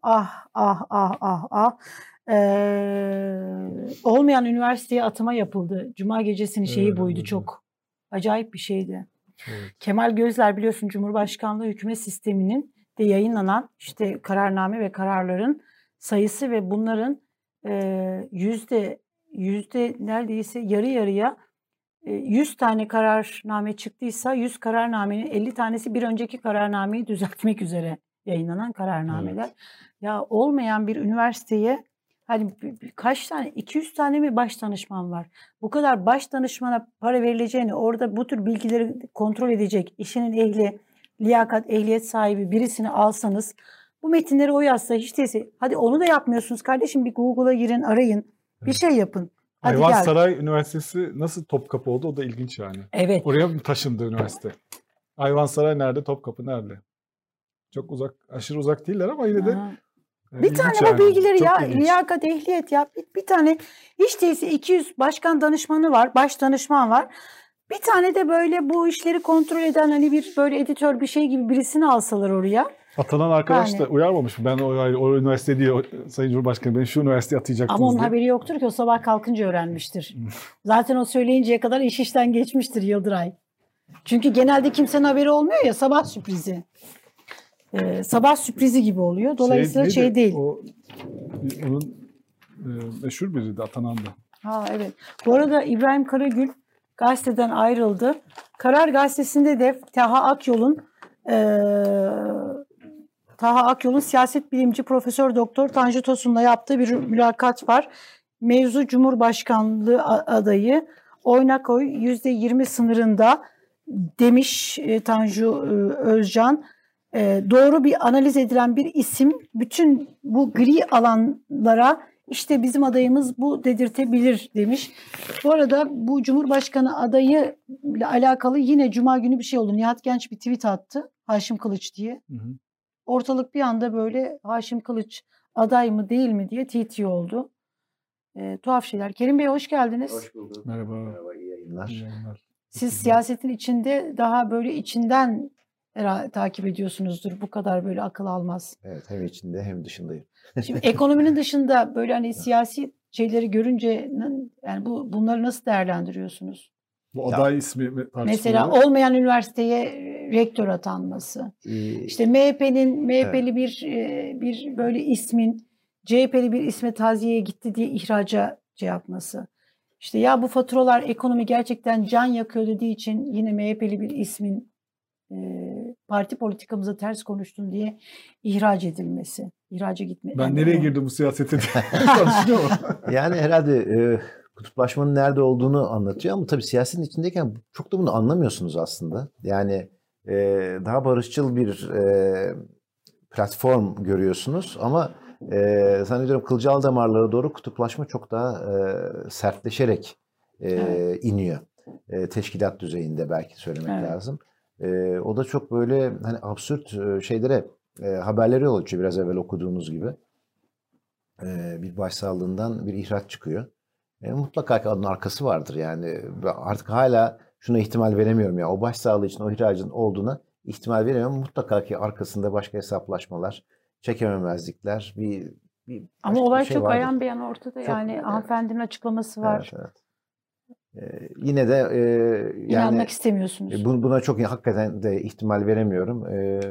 Olmayan üniversiteye atama yapıldı. Cuma gecesinin şeyi buydu, çok acayip bir şeydi. Evet. Kemal Gözler biliyorsun Cumhurbaşkanlığı hükümet sisteminin de yayınlanan işte kararname ve kararların sayısı ve bunların yüzde neredeyse yarı yarıya 100 tane kararname çıktıysa 100 kararnamenin 50 tanesi bir önceki kararnameyi düzeltmek üzere yayınlanan kararnameler. Evet. Ya olmayan bir üniversiteye hani kaç tane 200 tane mi baş danışman var? Bu kadar baş danışmana para verileceğini, orada bu tür bilgileri kontrol edecek işinin ehli, liyakat, ehliyet sahibi birisini alsanız, bu metinleri o yazsa hiç değilse, hadi onu da yapmıyorsunuz kardeşim, bir Google'a girin, arayın, bir şey yapın. Ayvansaray Üniversitesi nasıl Topkapı oldu? O da ilginç yani. Evet. Oraya mı taşındı üniversite? Ayvansaray nerede? Topkapı nerede? Çok uzak, aşırı uzak değiller ama yine de bir tane bu bilgileri ya, liyakat, ehliyet ya. Bir tane hiç değilse 200 başkan danışmanı var, baş danışman var. Bir tane de böyle bu işleri kontrol eden hani bir böyle editör bir şey gibi birisini alsalar oraya. Atanan arkadaş da uyarmamış mı? Ben o üniversite değil, Sayın Cumhurbaşkanı beni şu üniversiteye atayacaktınız ama onun diye. haberi yoktur ki, o sabah kalkınca öğrenmiştir. Zaten o söyleyinceye kadar iş işten geçmiştir Yıldıray. Çünkü genelde kimsenin haberi olmuyor ya, sabah sürprizi. Sabah sürprizi gibi oluyor. Dolayısıyla şey değil. Onun meşhur biriydi atanan da. Ha evet. Bu arada İbrahim Karagül gazeteden ayrıldı. Karar Gazetesi'nde de Taha Akyol'un siyaset bilimci Profesör Doktor Tanju Tosun'la yaptığı bir mülakat var. Mevzu Cumhurbaşkanlığı adayı, oynak oy %20 sınırında demiş Tanju Özcan. Doğru bir analiz edilen bir isim bütün bu gri alanlara işte bizim adayımız bu dedirtebilir demiş. Bu arada bu Cumhurbaşkanı adayı ile alakalı yine Cuma günü bir şey oldu. Nihat Genç bir tweet attı. Haşim Kılıç diye. Ortalık bir anda böyle Haşim Kılıç aday mı değil mi diye TT oldu. Tuhaf şeyler. Kerim Bey hoş geldiniz. Hoş bulduk. Merhaba. Merhaba, iyi yayınlar. İyi yayınlar. Siz siyasetin içinde daha böyle içinden takip ediyorsunuzdur. Bu kadar böyle akıl almaz. Evet, hem içinde hem dışındayım. Şimdi ekonominin dışında böyle hani siyasi şeyleri görünce yani bunları nasıl değerlendiriyorsunuz? Bu aday ismi tartışılıyor. Mesela olmayan üniversiteye rektör atanması. İşte MHP'li Evet. bir böyle ismin CHP'li bir isme taziyeye gitti diye ihraca şey yapması. İşte ya bu faturalar ekonomi gerçekten can yakıyor dediği için yine MHP'li bir ismin parti politikamıza ters konuştun diye ihraca gitme. Ben nereye girdim bu siyasete diye tartışıyor mu? Yani herhalde kutuplaşmanın nerede olduğunu anlatıyor ama tabii siyasetin içindeyken çok da bunu anlamıyorsunuz aslında. Yani daha barışçıl bir platform görüyorsunuz ama zannediyorum Kılcal damarlara doğru kutuplaşma çok daha sertleşerek iniyor. Teşkilat düzeyinde belki söylemek lazım. O da çok böyle hani absürt şeylere haberleri yol açıyor biraz evvel okuduğunuz gibi. bir başsağlığından bir ihraç çıkıyor. Mutlaka ki onun arkası vardır. Yani artık hala şuna ihtimal veremiyorum ya. O başsağlığı için o ihracın olduğuna ihtimal veremiyorum. Mutlaka ki arkasında başka hesaplaşmalar, çekememezlikler, bir Ama başka bir olay şey çok vardır. ayan beyan ortada. Çok, Yani evet. hanımefendinin açıklaması var. Evet, evet. Yine de yani İnanmak istemiyorsunuz. buna çok hakikaten de ihtimal veremiyorum.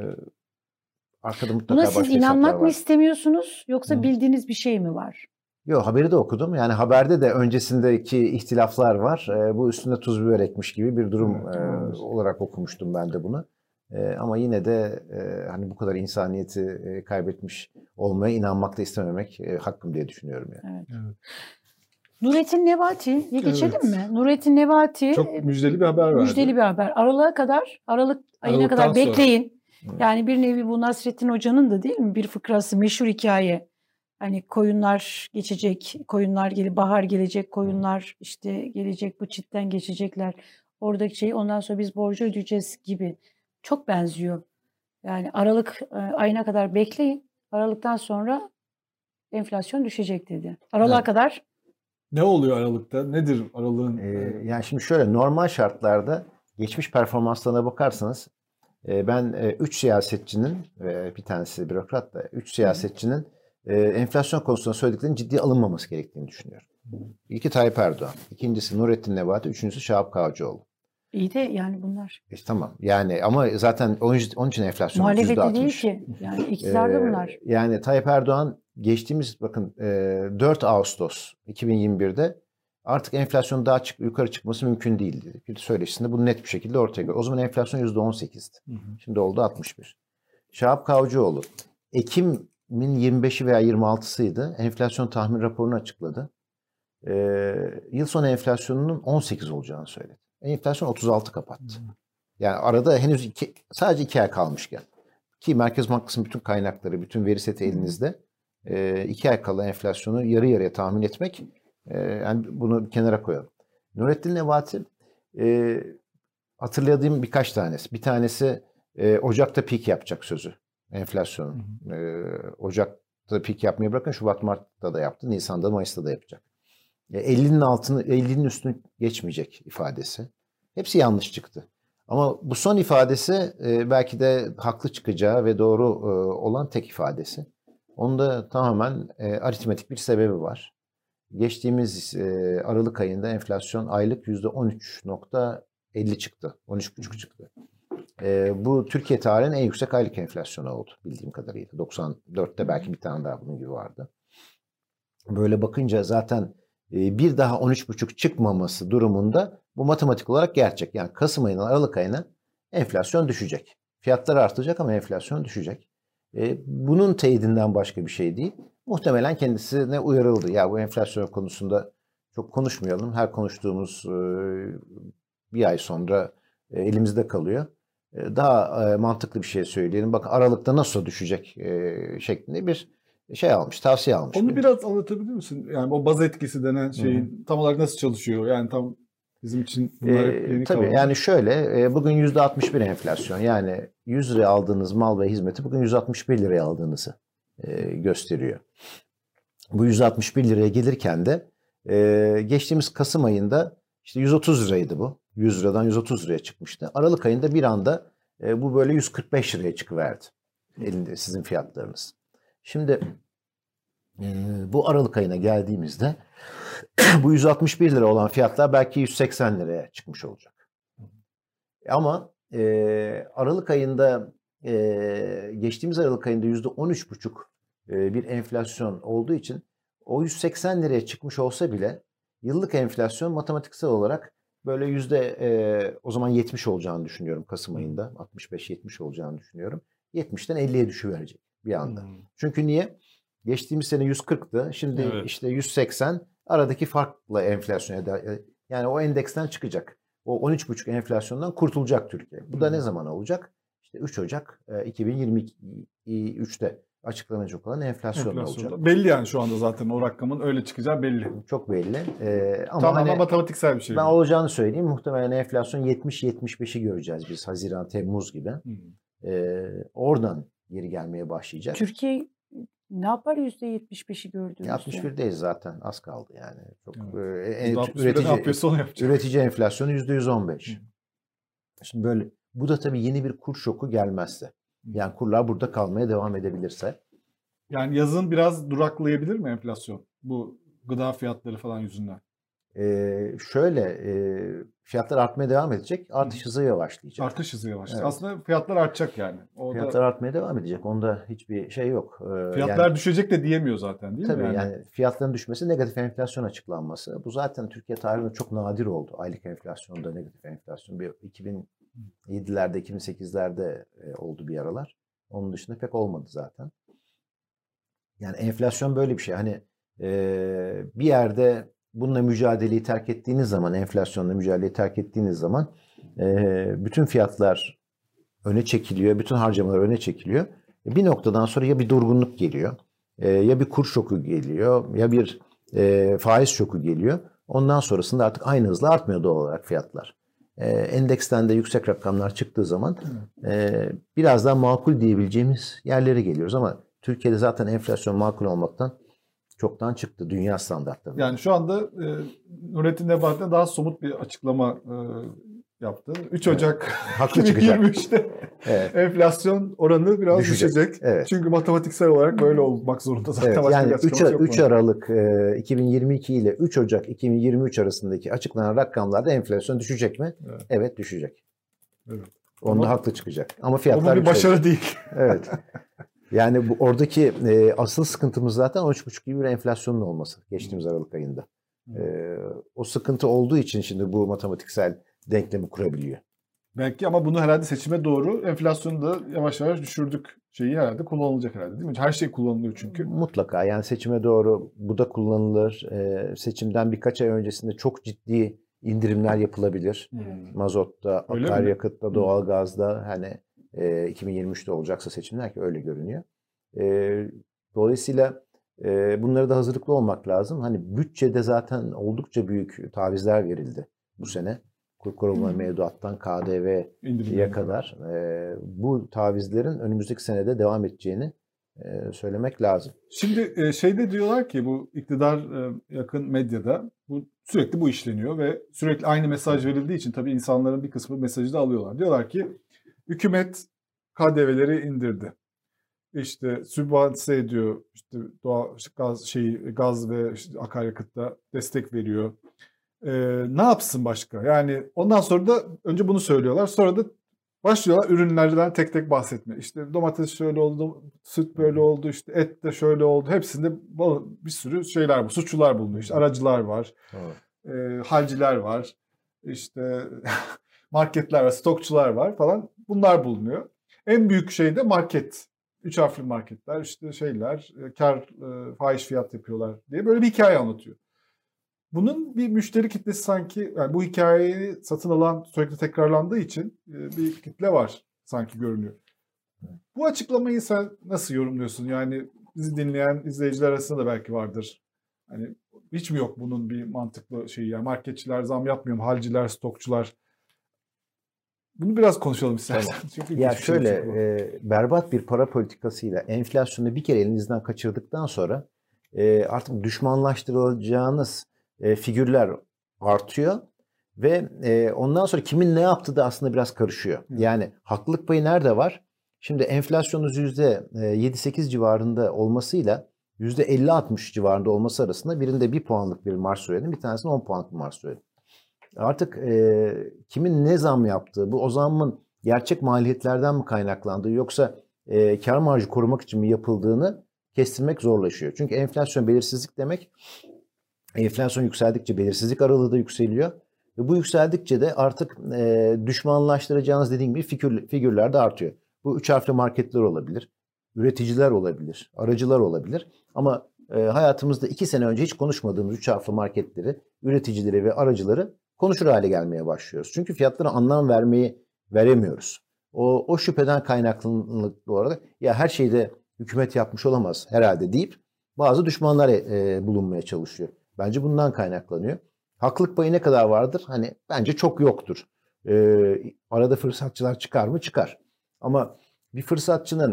Arkada mutlaka Buna siz başka hesaplar inanmak mı var. istemiyorsunuz yoksa Hı. bildiğiniz bir şey mi var? Yok, haberi de okudum. Yani haberde de öncesindeki ihtilaflar var. Bu üstüne tuz biber ekmiş gibi bir durum Evet. olarak okumuştum ben de bunu. Ama yine de hani bu kadar insaniyeti kaybetmiş olmaya inanmak da istememek hakkım diye düşünüyorum yani. Evet. Evet. Nurettin Nebati'ye geçelim Evet. mi? Nurettin Nebati Çok müjdeli bir haber verdi. müjdeli bir haber. Aralık ayına Aralıktan kadar sonra. bekleyin. Hı. Yani bir nevi bu Nasrettin Hoca'nın da değil mi bir fıkrası, meşhur hikaye. Hani koyunlar geçecek, bahar gelecek, koyunlar işte gelecek, bu çitten geçecekler. Oradaki şey, ondan sonra biz borcu ödeyeceğiz gibi. Çok benziyor. Yani Aralık ayına kadar bekleyin. Aralıktan sonra enflasyon düşecek dedi. Aralığa Evet. kadar Ne oluyor Aralık'ta? Nedir Aralık'ın? Yani şimdi şöyle, normal şartlarda geçmiş performanslarına bakarsanız ben 3 siyasetçinin, bir tanesi bürokrat da, 3 siyasetçinin enflasyon konusunda söylediklerinin ciddiye alınmaması gerektiğini düşünüyorum. İlki Tayyip Erdoğan, ikincisi Nurettin Nebati, üçüncüsü Şahap Kavcıoğlu. iyi de yani bunlar Tamam yani, ama zaten onun için enflasyon muhalefette değil %60. ki. Yani iktidarda bunlar. Yani Tayyip Erdoğan geçtiğimiz, bakın 4 Ağustos 2021'de artık enflasyonun daha yukarı çıkması mümkün değil dedi. Bir söyleşisinde bunu net bir şekilde ortaya koyuyor. O zaman enflasyon %18'di. Şimdi oldu 61. Şahap Kavcıoğlu Ekim'in 25'i veya 26'sıydı. Enflasyon tahmin raporunu açıkladı. Yıl sonu enflasyonunun 18 olacağını söyledi. Enflasyon 36 kapattı. Yani arada henüz sadece 2 ay kalmışken. Ki Merkez Bankası'nın bütün kaynakları, bütün veri seti elinizde. 2 ay kala enflasyonu yarı yarıya tahmin etmek, yani bunu bir kenara koyalım. Nurettin Nebati, hatırladığım birkaç tanesi. Bir tanesi Ocak'ta peak yapacak sözü enflasyonun. Ocak'ta peak yapmayı bırakın, Şubat Mart'ta da yaptı. Nisan'da, Mayıs'ta da yapacak. 50'nin üstünü geçmeyecek ifadesi. Hepsi yanlış çıktı. Ama bu son ifadesi belki de haklı çıkacağı ve doğru olan tek ifadesi. Onda tamamen aritmetik bir sebebi var. Geçtiğimiz Aralık ayında enflasyon aylık %13.50 çıktı. 13,5 çıktı. Bu Türkiye tarihinin en yüksek aylık enflasyonu oldu bildiğim kadarıyla. 94'te belki bir tane daha bunun gibi vardı. Böyle bakınca zaten bir daha 13,5 çıkmaması durumunda bu matematik olarak gerçek. Yani Kasım ayından Aralık ayına enflasyon düşecek. Fiyatlar artacak ama enflasyon düşecek. Bunun teyidinden başka bir şey değil. Muhtemelen kendisine uyarıldı. Ya bu enflasyon konusunda çok konuşmayalım. Her konuştuğumuz bir ay sonra elimizde kalıyor. Daha mantıklı bir şey söyleyelim. Bakın Aralık'ta nasıl düşecek şeklinde bir tavsiye almış. Onu biraz anlatabilir misin? Yani o baz etkisi denen şeyin tam olarak nasıl çalışıyor? Yani tam bizim için bunlar hep yeni tabii kavramlar. yani şöyle, bugün %61 enflasyon. Yani 100 liraya aldığınız mal ve hizmeti bugün 161 liraya aldığınızı gösteriyor. Bu 161 liraya gelirken de geçtiğimiz Kasım ayında işte 130 liraydı bu. 100 liradan 130 liraya çıkmıştı. Aralık ayında bir anda bu böyle 145 liraya çıkıverdi. Elinde sizin fiyatlarınız. Şimdi bu Aralık ayına geldiğimizde bu 161 lira olan fiyatlar belki 180 liraya çıkmış olacak. Ama Aralık ayında, geçtiğimiz Aralık ayında %13,5 bir enflasyon olduğu için o 180 liraya çıkmış olsa bile yıllık enflasyon matematiksel olarak böyle o zaman 70 olacağını düşünüyorum Kasım ayında. 65-70 olacağını düşünüyorum. 70'ten 50'ye düşüverecek bir anda. Çünkü niye? Geçtiğimiz sene 140'tı. Şimdi işte 180, aradaki farkla enflasyon eder. Yani o endeksten çıkacak. O 13,5 enflasyondan kurtulacak Türkiye. Bu da ne zaman olacak? İşte 3 Ocak 2023'te açıklanacak olan enflasyonla olacak. Belli yani şu anda zaten o rakamın öyle çıkacağı belli. Çok belli. Ama tamamen matematiksel bir şey. Ben olacağını söyleyeyim. Muhtemelen enflasyon 70-75'i göreceğiz biz Haziran, Temmuz gibi. Oradan geri gelmeye başlayacak. Türkiye Ne yapar %75'i gördüğümüzde? 61'deyiz zaten. Az kaldı yani. Çok yapıyorsa üretici enflasyonu %115. Şimdi böyle bu da tabii yeni bir kur şoku gelmezse. Yani kurlar burada kalmaya devam edebilirse. Yani yazın biraz duraklayabilir mi enflasyon? Bu gıda fiyatları falan yüzünden. Fiyatlar artmaya devam edecek. Artış hızı yavaşlayacak. Artış hızı yavaşlayacak. Evet. Aslında fiyatlar artacak yani. Fiyatlar artmaya devam edecek. Onda hiçbir şey yok. Fiyatlar düşecek de diyemiyor zaten değil mi? Tabii yani fiyatların düşmesi negatif enflasyon açıklanması. Bu zaten Türkiye tarihinde çok nadir oldu. Aylık enflasyonda negatif enflasyon. 2007'lerde, 2008'lerde oldu bir aralar. Onun dışında pek olmadı zaten. Yani enflasyon böyle bir şey. Hani bir yerde bununla mücadeleyi terk ettiğiniz zaman, enflasyonla mücadeleyi terk ettiğiniz zaman bütün fiyatlar öne çekiliyor, bütün harcamalar öne çekiliyor. Bir noktadan sonra ya bir durgunluk geliyor, ya bir kur şoku geliyor, ya bir faiz şoku geliyor. Ondan sonrasında artık aynı hızla artmıyor doğal olarak fiyatlar. Endeksten de yüksek rakamlar çıktığı zaman biraz daha makul diyebileceğimiz yerlere geliyoruz. Ama Türkiye'de zaten enflasyon makul olmaktan çoktan çıktı dünya standartlarında. Yani şu anda Nurettin Nebati'ne daha somut bir açıklama yaptı. 3 Ocak 2023'te enflasyon oranı biraz düşecek. Evet. Çünkü matematiksel olarak böyle olmak zorunda zaten. Evet, yani 3 Aralık 2022 ile 3 Ocak 2023 arasındaki açıklanan rakamlarda enflasyon düşecek mi? Evet düşecek. Evet. Onda haklı çıkacak. Ama fiyatlar bir başarı değil. Evet. Yani oradaki asıl sıkıntımız zaten 13,5 gibi bir enflasyonun olması geçtiğimiz Aralık ayında. O sıkıntı olduğu için şimdi bu matematiksel denklemi kurabiliyor. Belki ama bunu herhalde seçime doğru enflasyonu da yavaş yavaş düşürdük şeyi herhalde kullanılacak herhalde değil mi? Her şey kullanılıyor çünkü. Mutlaka yani seçime doğru bu da kullanılır. Seçimden birkaç ay öncesinde çok ciddi indirimler yapılabilir. Mazotta, akaryakıtta, doğalgazda hani 2023'te olacaksa seçimler ki öyle görünüyor. Dolayısıyla bunlara da hazırlıklı olmak lazım. Hani bütçede zaten oldukça büyük tavizler verildi bu sene. Kur korumalı mevduattan KDV'ye kadar. Bu tavizlerin önümüzdeki senede devam edeceğini söylemek lazım. Şimdi şeyde diyorlar ki bu iktidar yakın medyada sürekli bu işleniyor ve sürekli aynı mesaj verildiği için tabii insanların bir kısmı mesajı da alıyorlar. Diyorlar ki hükümet KDV'leri indirdi. İşte sübvanse ediyor, işte gaz ve işte akaryakıtta destek veriyor. Ne yapsın başka? Yani ondan sonra da önce bunu söylüyorlar. Sonra da başlıyorlar ürünlerden tek tek bahsetmeye. İşte domates şöyle oldu, süt böyle oldu, işte et de şöyle oldu. Hepsinde bir sürü şeyler bu. Suçlular bulunuyor. İşte aracılar var, halciler var, işte marketler var, stokçular var falan. Bunlar bulunuyor. En büyük şey de market. 3 harfli marketler, işte fahiş fiyat yapıyorlar diye böyle bir hikaye anlatıyor. Bunun bir müşteri kitlesi sanki, yani bu hikayeyi satın alan sürekli tekrarlandığı için bir kitle var sanki görünüyor. Bu açıklamayı sen nasıl yorumluyorsun? Yani bizi dinleyen izleyiciler arasında da belki vardır. Hani hiç mi yok bunun bir mantıklı şeyi? Yani marketçiler zam yapmıyor mu? Halciler, stokçular. Bunu biraz konuşalım istersen. Tamam. Çünkü ya şöyle berbat bir para politikasıyla enflasyonu bir kere elinizden kaçırdıktan sonra artık düşmanlaştırılacağınız figürler artıyor ve ondan sonra kimin ne yaptığı da aslında biraz karışıyor. Yani haklılık payı nerede var? Şimdi enflasyonunuz %7-8 civarında olmasıyla %50-60 civarında olması arasında birinde 1 puanlık bir marj söyledim, bir tanesinde 10 puanlık bir marj söyledim. Artık kimin ne zam yaptığı, bu o zammın gerçek maliyetlerden mi kaynaklandığı yoksa kar marjı korumak için mi yapıldığını kestirmek zorlaşıyor. Çünkü enflasyon belirsizlik demek. Enflasyon yükseldikçe belirsizlik aralığı da yükseliyor. Ve bu yükseldikçe de artık düşmanlaştıracağınız dediğim gibi figürler de artıyor. Bu 3 harfli marketler olabilir, üreticiler olabilir, aracılar olabilir. Ama hayatımızda 2 sene önce hiç konuşmadığımız 3 harfli marketleri, üreticileri ve aracıları konuşur hale gelmeye başlıyoruz. Çünkü fiyatlara anlam veremiyoruz. O şüpheden kaynaklı olarak ya her şeyde hükümet yapmış olamaz herhalde deyip bazı düşmanlar bulunmaya çalışıyor. Bence bundan kaynaklanıyor. Haklılık payı ne kadar vardır? Hani bence çok yoktur. Arada fırsatçılar çıkar mı? Çıkar. Ama bir fırsatçının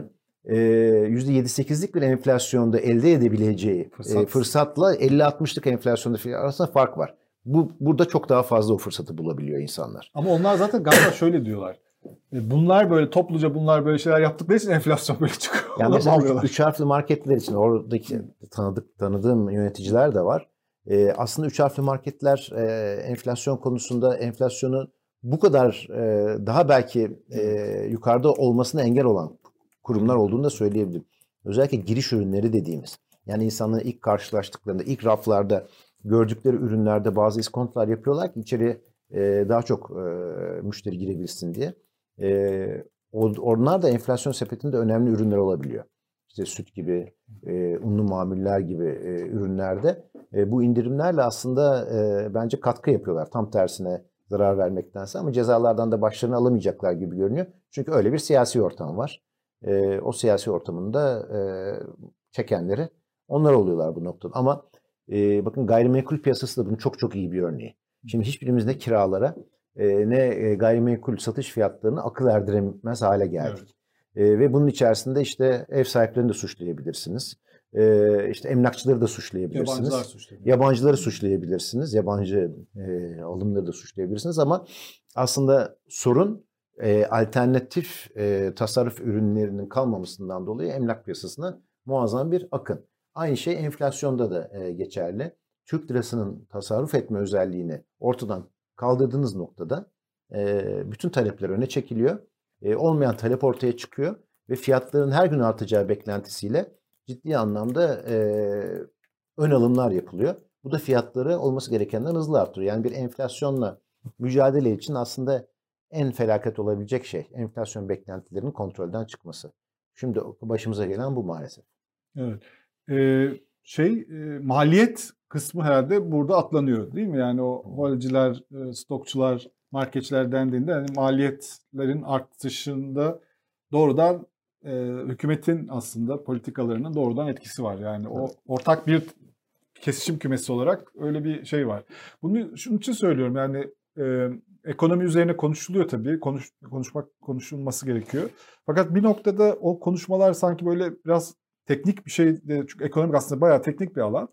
%7-8'lik bir enflasyonda elde edebileceği fırsatla 50-60'lık enflasyonda arasında fark var. Burada çok daha fazla o fırsatı bulabiliyor insanlar. Ama onlar zaten galiba şöyle diyorlar. Bunlar böyle topluca böyle şeyler yaptıkları için enflasyon böyle çıkıyor. Yani mesela 3 harfli marketler için oradaki tanıdığım yöneticiler de var. Aslında 3 harfli marketler enflasyon konusunda enflasyonu bu kadar daha belki yukarıda olmasına engel olan kurumlar olduğunu da söyleyebilirim. Özellikle giriş ürünleri dediğimiz. Yani insanların ilk karşılaştıklarında, ilk raflarda gördükleri ürünlerde bazı iskontlar yapıyorlar ki içeri daha çok müşteri girebilsin diye. Onlar da enflasyon sepetinde önemli ürünler olabiliyor. İşte süt gibi, unlu mamuller gibi ürünlerde bu indirimlerle aslında bence katkı yapıyorlar. Tam tersine zarar vermektense, ama cezalardan da başlarını alamayacaklar gibi görünüyor. Çünkü öyle bir siyasi ortam var. O siyasi ortamında çekenleri onlar oluyorlar bu noktada. Ama bakın gayrimenkul piyasası da bunun çok çok iyi bir örneği. Şimdi hiçbirimiz ne kiralara ne gayrimenkul satış fiyatlarını akıl erdiremez hale geldik. Evet. Ve bunun içerisinde işte ev sahiplerini de suçlayabilirsiniz. İşte emlakçıları da suçlayabilirsiniz. Yabancıları suçlayabilirsiniz. Yabancı alımları da suçlayabilirsiniz. Ama aslında sorun alternatif tasarruf ürünlerinin kalmamasından dolayı emlak piyasasına muazzam bir akın. Aynı şey enflasyonda da geçerli. Türk lirasının tasarruf etme özelliğini ortadan kaldırdığınız noktada bütün talepler öne çekiliyor. Olmayan talep ortaya çıkıyor ve fiyatların her gün artacağı beklentisiyle ciddi anlamda ön alımlar yapılıyor. Bu da fiyatları olması gerekenden hızlı artırıyor. Yani bir enflasyonla mücadele için aslında en felaket olabilecek şey enflasyon beklentilerinin kontrolden çıkması. Şimdi başımıza gelen bu maalesef. Evet. Maliyet kısmı herhalde burada atlanıyor değil mi? Yani o holciler, stokçular, marketçiler dendiğinde yani maliyetlerin artışında doğrudan hükümetin aslında politikalarının doğrudan etkisi var. Yani o ortak bir kesişim kümesi olarak öyle bir şey var. Bunu şunun için söylüyorum, yani ekonomi üzerine konuşuluyor tabii. Konuşulması gerekiyor. Fakat bir noktada o konuşmalar sanki böyle biraz teknik bir şey, çünkü ekonomik aslında bayağı teknik bir alan.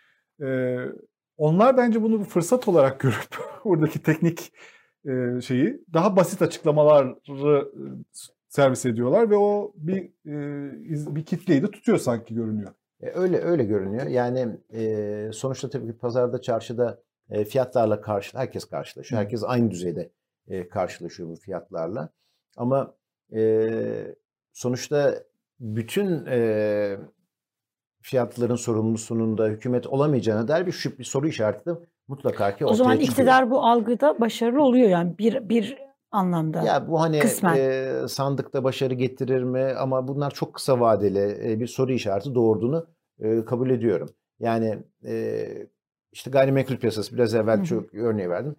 Onlar bence bunu bir fırsat olarak görüp buradaki teknik şeyi daha basit açıklamaları servis ediyorlar ve o bir kitleyi de tutuyor sanki görünüyor. Öyle görünüyor. Yani sonuçta tabii ki pazarda, çarşıda fiyatlarla herkes karşılaşıyor. Herkes aynı düzeyde karşılaşıyor bu fiyatlarla. Ama sonuçta bütün fiyatların sorumlusunun da hükümet olamayacağına dair bir soru işareti de mutlaka ki ortaya çıkıyor. O zaman iktidar bu algıda başarılı oluyor yani bir anlamda. Ya bu hani sandıkta başarı getirir mi? Ama bunlar çok kısa vadeli bir soru işareti doğurduğunu kabul ediyorum. Yani işte gayrimenkul piyasası, biraz evvel çok örneği verdim.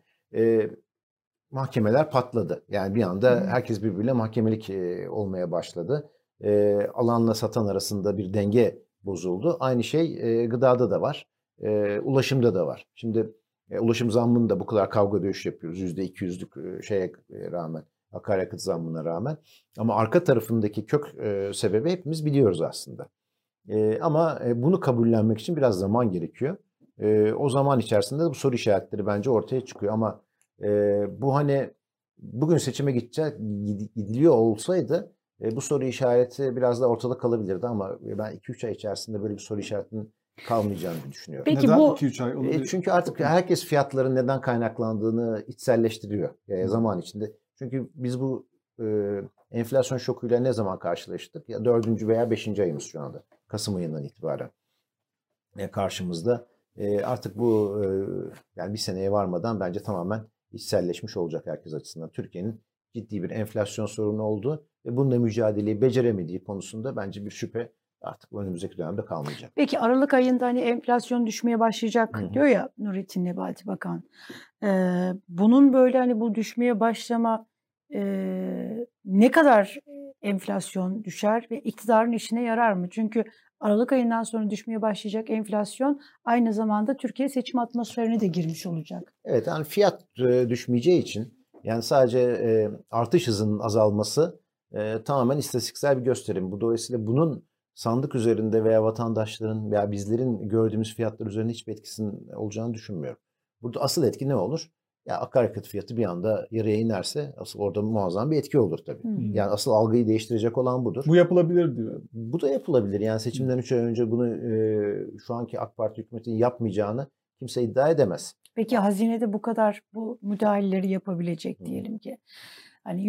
Mahkemeler patladı. Yani bir anda herkes birbiriyle mahkemelik olmaya başladı. Alanla satan arasında bir denge bozuldu. Aynı şey gıdada da var. Ulaşımda da var. Şimdi ulaşım zammını da bu kadar kavga dövüş yapıyoruz. %200'lük şeye rağmen, akaryakıt zammına rağmen. Ama arka tarafındaki kök sebebi hepimiz biliyoruz aslında. Ama bunu kabullenmek için biraz zaman gerekiyor. O zaman içerisinde de bu soru işaretleri bence ortaya çıkıyor. Ama bu hani bugün seçime gidiliyor olsaydı bu soru işareti biraz da ortada kalabilirdi, ama ben 2-3 ay içerisinde böyle bir soru işaretinin kalmayacağını düşünüyorum. Peki neden 2-3 ay? Çünkü artık herkes fiyatların neden kaynaklandığını içselleştiriyor zaman içinde. Çünkü biz bu enflasyon şokuyla ne zaman karşılaştık? Ya 4. veya 5. ayımız şu anda. Kasım ayından itibaren karşımızda. Artık bu yani bir seneye varmadan bence tamamen içselleşmiş olacak herkes açısından. Türkiye'nin ciddi bir enflasyon sorunu olduğu ve bununla mücadeleyi beceremediği konusunda bence bir şüphe artık önümüzdeki dönemde kalmayacak. Peki Aralık ayında hani enflasyon düşmeye başlayacak diyor ya Nurettin Nebati Bakan. Bunun böyle hani bu düşmeye başlama ne kadar enflasyon düşer ve iktidarın işine yarar mı? Çünkü Aralık ayından sonra düşmeye başlayacak enflasyon aynı zamanda Türkiye seçim atmosferine de girmiş olacak. Evet, yani fiyat düşmeyeceği için, yani sadece artış hızının azalması tamamen istatistiksel bir gösterim. Bu dolayısıyla bunun sandık üzerinde veya vatandaşların veya bizlerin gördüğümüz fiyatlar üzerinde hiçbir etkisinin olacağını düşünmüyorum. Burada asıl etki ne olur? Ya akaryakıt fiyatı bir anda yarıya inerse asıl orada muazzam bir etki olur tabii. Yani asıl algıyı değiştirecek olan budur. Bu yapılabilir diyor. Bu da yapılabilir. Yani seçimden 3 ay önce bunu şu anki AK Parti hükümetinin yapmayacağını kimse iddia edemez. Peki hazinede bu kadar bu müdahaleleri yapabilecek diyelim ki. Hani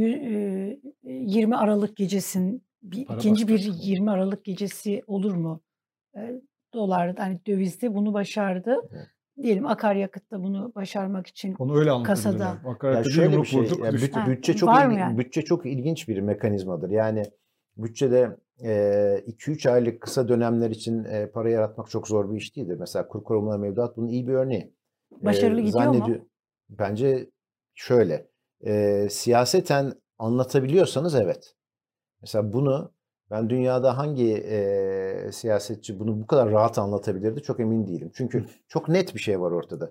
20 Aralık gecesin ikinci bir 20 Aralık gecesi olur mu? Dolar hani dövizde bunu başardı. Evet. Diyelim akaryakıtta bunu başarmak için Onu öyle kasada. Akaryakıt şöyle bir şey. Bütçe çok ilginç bir mekanizmadır. Yani bütçede 2-3 aylık kısa dönemler için para yaratmak çok zor bir iş değildir. Mesela kur korumalı mevduat bunun iyi bir örneği. Başarılı gidiyor mu? Bence şöyle. Siyaseten anlatabiliyorsanız evet. Mesela bunu ben dünyada hangi siyasetçi bunu bu kadar rahat anlatabilirdi çok emin değilim. Çünkü çok net bir şey var ortada.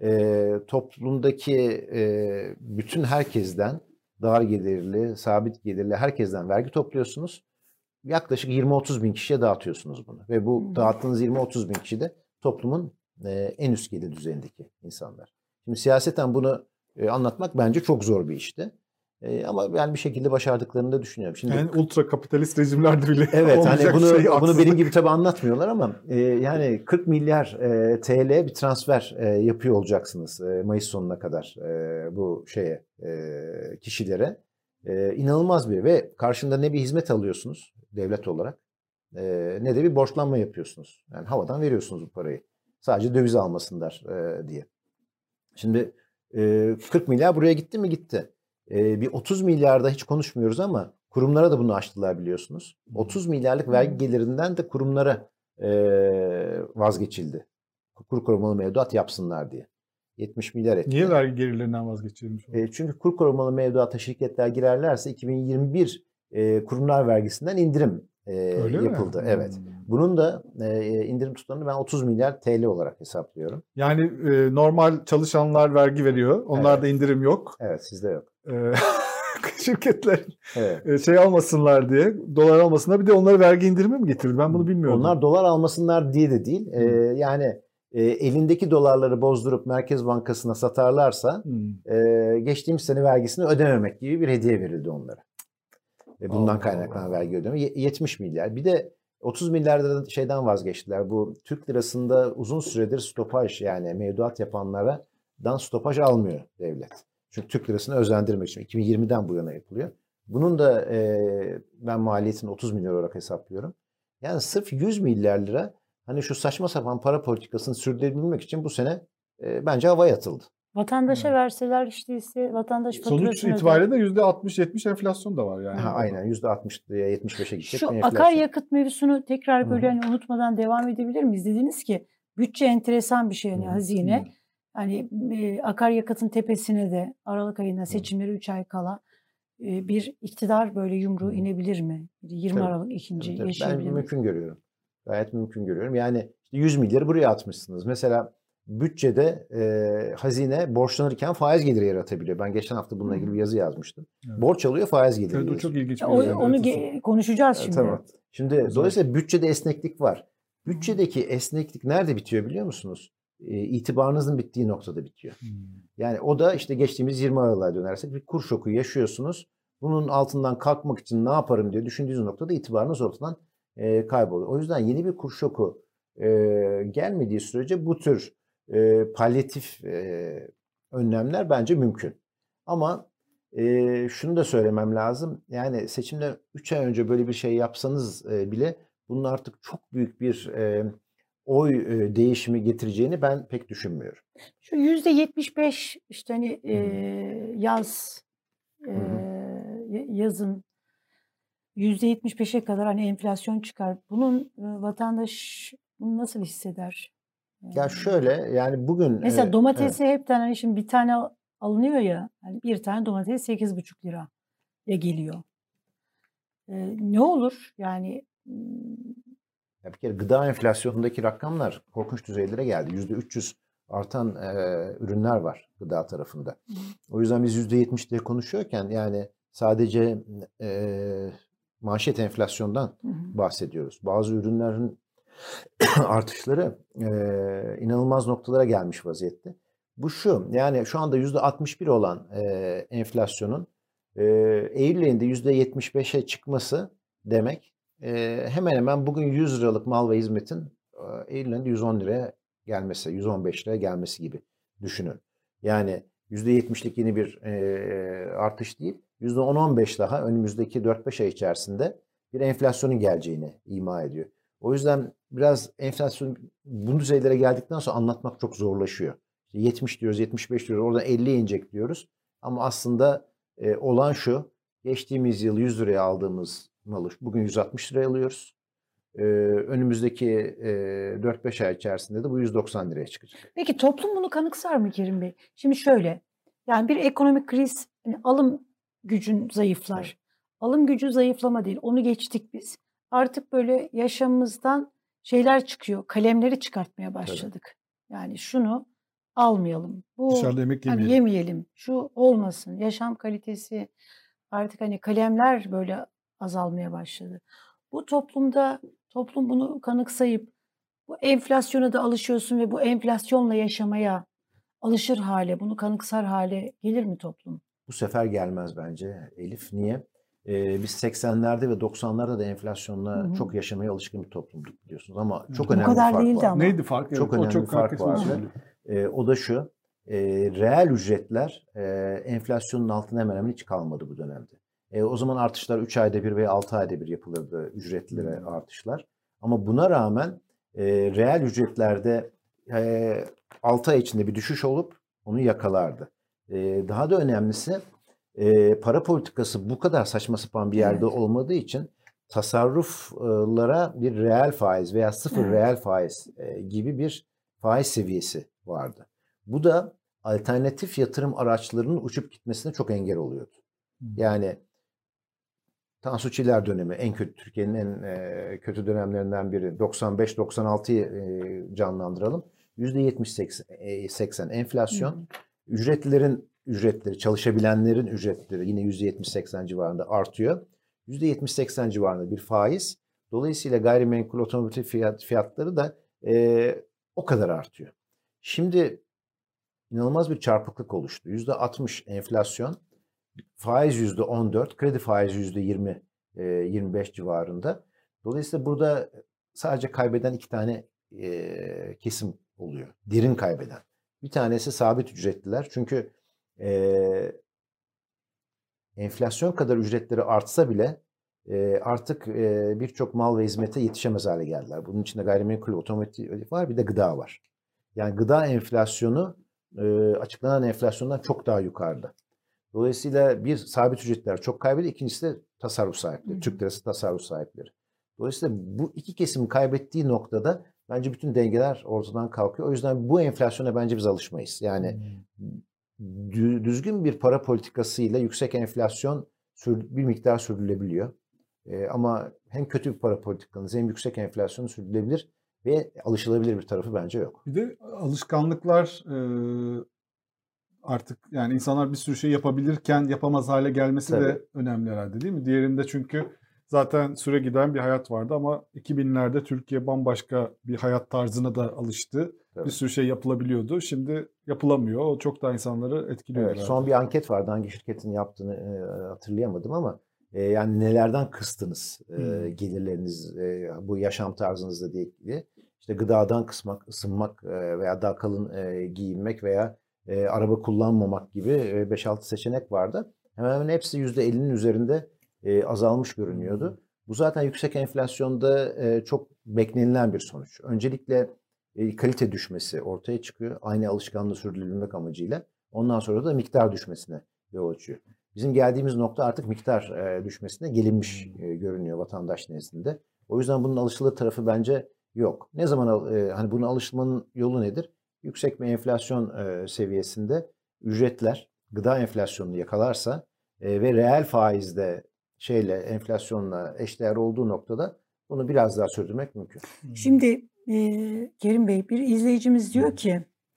Toplumdaki bütün herkesten dar gelirli, sabit gelirli herkesten vergi topluyorsunuz. Yaklaşık 20-30 bin kişiye dağıtıyorsunuz bunu. Ve bu dağıttığınız 20-30 bin kişi de toplumun en üst gelir düzeyindeki insanlar. Şimdi siyaseten bunu anlatmak bence çok zor bir işti. Ama yani bir şekilde başardıklarını da düşünüyorum. Şimdi yani ultra kapitalist rejimlerde bile evet hani bunu şey benim gibi tabii anlatmıyorlar ama yani 40 milyar TL bir transfer yapıyor olacaksınız Mayıs sonuna kadar bu kişilere. İnanılmaz bir ve karşında ne bir hizmet alıyorsunuz devlet olarak ne de bir borçlanma yapıyorsunuz. Yani havadan veriyorsunuz bu parayı. Sadece döviz almasınlar diye. Şimdi 40 milyar buraya gitti mi? Gitti. Bir 30 milyarda hiç konuşmuyoruz ama kurumlara da bunu açtılar biliyorsunuz. 30 milyarlık vergi gelirinden de kurumlara vazgeçildi. Kur korumalı mevduat yapsınlar diye. 70 milyar etti. Niye vergi gelirlerinden vazgeçilmiş? Çünkü kur korumalı mevduata şirketler girerlerse 2021 kurumlar vergisinden indirim yapıldı. Mi? Evet. Bunun da indirim tutarını ben 30 milyar TL olarak hesaplıyorum. Yani normal çalışanlar vergi veriyor. Onlarda indirim yok. Evet, sizde yok. Şirketler şey almasınlar diye, dolar almasınlar. Bir de onlara vergi indirimi mi getirir? Ben bunu bilmiyordum. Onlar dolar almasınlar diye de değil. Yani elindeki dolarları bozdurup Merkez Bankası'na satarlarsa geçtiğimiz sene vergisini ödememek gibi bir hediye verildi onlara. Bundan kaynaklanan vergi ödeme 70 milyar. Bir de 30 milyar lira şeyden vazgeçtiler. Bu Türk lirasında uzun süredir stopaj yani mevduat yapanlardan stopaj almıyor devlet. Çünkü Türk lirasını özendirmek için 2020'den bu yana yapılıyor. Bunun da ben maliyetini 30 milyar olarak hesaplıyorum. Yani sırf 100 milyar lira hani şu saçma sapan para politikasını sürdürebilmek için bu sene bence havaya atıldı. Vatandaşa verseler işte ise vatandaş faturasını sonuç itibariyle de %60-70 enflasyon da var yani. Aynen %60'ya 75'e gidecek. Şu akaryakıt mevzusunu tekrar böyle hani unutmadan devam edebilir miyiz? Dediniz ki bütçe enteresan bir şey yani hazine. Hani akaryakıtın tepesine de Aralık ayında seçimleri 3 ay kala bir iktidar böyle yumruğu inebilir mi? 20 Aralık ikinci yaşayabilir mi? Ben mümkün görüyorum. Gayet mümkün görüyorum. Yani 100 milyarı buraya atmışsınız. Mesela bütçede hazine borçlanırken faiz geliri yaratabiliyor. Ben geçen hafta bununla ilgili bir yazı yazmıştım. Evet. Borç alıyor, faiz geliri. Evet, o çok ilginç. Onu konuşacağız şimdi. Tamam. Şimdi dolayısıyla bütçede esneklik var. Bütçedeki esneklik nerede bitiyor biliyor musunuz? İtibarınızın bittiği noktada bitiyor. Yani o da işte geçtiğimiz 20 Aralık'a dönersek bir kur şoku yaşıyorsunuz. Bunun altından kalkmak için ne yaparım diye düşündüğünüz noktada itibarınız ortadan kayboluyor. O yüzden yeni bir kur şoku gelmediği sürece bu tür palyatif önlemler bence mümkün. Ama şunu da söylemem lazım. Yani seçimden 3 ay önce böyle bir şey yapsanız bile bunun artık çok büyük bir oy değişimi getireceğini ben pek düşünmüyorum. Şu %75 işte hani yazın %75'e kadar hani enflasyon çıkar. Bunun vatandaş bunu nasıl hisseder? Ya şöyle yani bugün mesela domatesi hepten hani şimdi bir tane alınıyor ya hani bir tane domates 8,5 liraya geliyor. Ne olur yani? Ya bir kere gıda enflasyonundaki rakamlar korkunç düzeylere geldi. %300 artan ürünler var gıda tarafında. O yüzden biz %70 diye konuşuyorken yani sadece manşet enflasyondan Hı hı. bahsediyoruz. Bazı ürünlerin artışları inanılmaz noktalara gelmiş vaziyette. Bu şu, yani şu anda %61 olan enflasyonun Eylül ayında %75'e çıkması demek hemen hemen bugün 100 liralık mal ve hizmetin Eylül ayında 110 liraya gelmesi, 115 liraya gelmesi gibi düşünün. Yani %70'lik yeni bir artış değil, %10-15 daha önümüzdeki 4-5 ay içerisinde bir enflasyonun geleceğini ima ediyor. O yüzden biraz enflasyon bu düzeylere geldikten sonra anlatmak çok zorlaşıyor. 70 diyoruz, 75 diyoruz, oradan 50'ye inecek diyoruz. Ama aslında olan şu, geçtiğimiz yıl 100 liraya aldığımız malı bugün 160 liraya alıyoruz. Önümüzdeki 4-5 ay içerisinde de bu 190 liraya çıkacak. Peki toplum bunu kanıksar mı Kerim Bey? Şimdi şöyle, yani bir ekonomik kriz, hani alım gücün zayıflar. Evet. Alım gücü zayıflama değil, onu geçtik biz. Artık böyle yaşamımızdan şeyler çıkıyor, kalemleri çıkartmaya başladık. Yani şunu almayalım, bu Dışarıda yemek hani yemeyelim. yemeyelim, şu olmasın, yaşam kalitesi artık hani kalemler böyle azalmaya başladı. Bu toplumda toplum bunu kanıksayıp bu enflasyona da alışıyorsun ve bu enflasyonla yaşamaya alışır hale, bunu kanıksar hale gelir mi toplum? Bu sefer gelmez bence Elif. Niye? Biz 80'lerde ve 90'larda da Hı enflasyonla hı. çok yaşamaya alışkın bir toplumduk biliyorsunuz. Ama çok O önemli bir kadar fark değildi var. ama. Neydi fark? Evet, Çok o önemli bir çok fark herkesin var. söylüyor. O da şu, reel ücretler enflasyonun altına hemen hemen hiç kalmadı bu dönemde. O zaman artışlar 3 ayda bir veya 6 ayda bir yapılırdı ücretlere artışlar. Ama buna rağmen reel ücretlerde 6 ay içinde bir düşüş olup onu yakalardı. Daha da önemlisi para politikası bu kadar saçma sapan bir yerde Evet. olmadığı için tasarruflara bir reel faiz veya sıfır Evet. reel faiz gibi bir faiz seviyesi vardı. Bu da alternatif yatırım araçlarının uçup gitmesine çok engel oluyordu. Yani Tansu Çiller dönemi en kötü, Türkiye'nin en kötü dönemlerinden biri. 95-96'yı canlandıralım. %70-80 Hı enflasyon. hı. Ücretlilerin ücretleri, çalışabilenlerin ücretleri yine %70-80 civarında artıyor. %70-80 civarında bir faiz. Dolayısıyla gayrimenkul otomotiv fiyatları da o kadar artıyor. Şimdi inanılmaz bir çarpıklık oluştu. %60 enflasyon, faiz %14, kredi faizi %20, 25 civarında. Dolayısıyla burada sadece kaybeden iki tane kesim oluyor. Derin kaybeden. Bir tanesi sabit ücretliler. Çünkü enflasyon kadar ücretleri artsa bile artık birçok mal ve hizmete yetişemez hale geldiler. Bunun içinde gayrimenkul, otomotiv var, bir de gıda var. Yani gıda enflasyonu açıklanan enflasyondan çok daha yukarıda. Dolayısıyla bir, sabit ücretler çok kaybediyor. İkincisi de tasarruf sahipleri. Türk lirası tasarruf sahipleri. Dolayısıyla bu iki kesimin kaybettiği noktada bence bütün dengeler ortadan kalkıyor. O yüzden bu enflasyona bence biz alışmayız. Yani düzgün bir para politikasıyla yüksek enflasyon bir miktar sürdürülebiliyor. Ama hem kötü bir para politikanız hem yüksek enflasyonu sürdürülebilir ve alışılabilir bir tarafı bence yok. Bir de alışkanlıklar artık yani insanlar bir sürü şey yapabilirken yapamaz hale gelmesi Tabii. de önemli herhalde değil mi? Diğerinde çünkü zaten süre giden bir hayat vardı ama 2000'lerde Türkiye bambaşka bir hayat tarzına da alıştı. Tabii. Bir sürü şey yapılabiliyordu. Şimdi yapılamıyor. O çok daha insanları etkiliyor Evet, herhalde. son bir anket vardı. Hangi şirketin yaptığını hatırlayamadım ama yani nelerden kıstınız gelirleriniz bu yaşam tarzınızla ilgili. İşte gıdadan kısmak, ısınmak veya daha kalın giyinmek veya araba kullanmamak gibi 5-6 seçenek vardı. Hemen hemen hepsi %50'nin üzerinde azalmış görünüyordu. Bu zaten yüksek enflasyonda çok beklenilen bir sonuç. Öncelikle kalite düşmesi ortaya çıkıyor. Aynı alışkanlığı sürdürülmek amacıyla. Ondan sonra da miktar düşmesine yol açıyor. Bizim geldiğimiz nokta artık miktar düşmesine gelinmiş görünüyor vatandaş nezdinde. O yüzden bunun alışılır tarafı bence yok. Ne zaman hani buna alışmanın yolu nedir? Yüksek bir enflasyon seviyesinde ücretler gıda enflasyonunu yakalarsa ve reel faizde enflasyonla eşdeğer olduğu noktada bunu biraz daha sürdürmek mümkün. Şimdi Kerim Bey, bir izleyicimiz diyor ki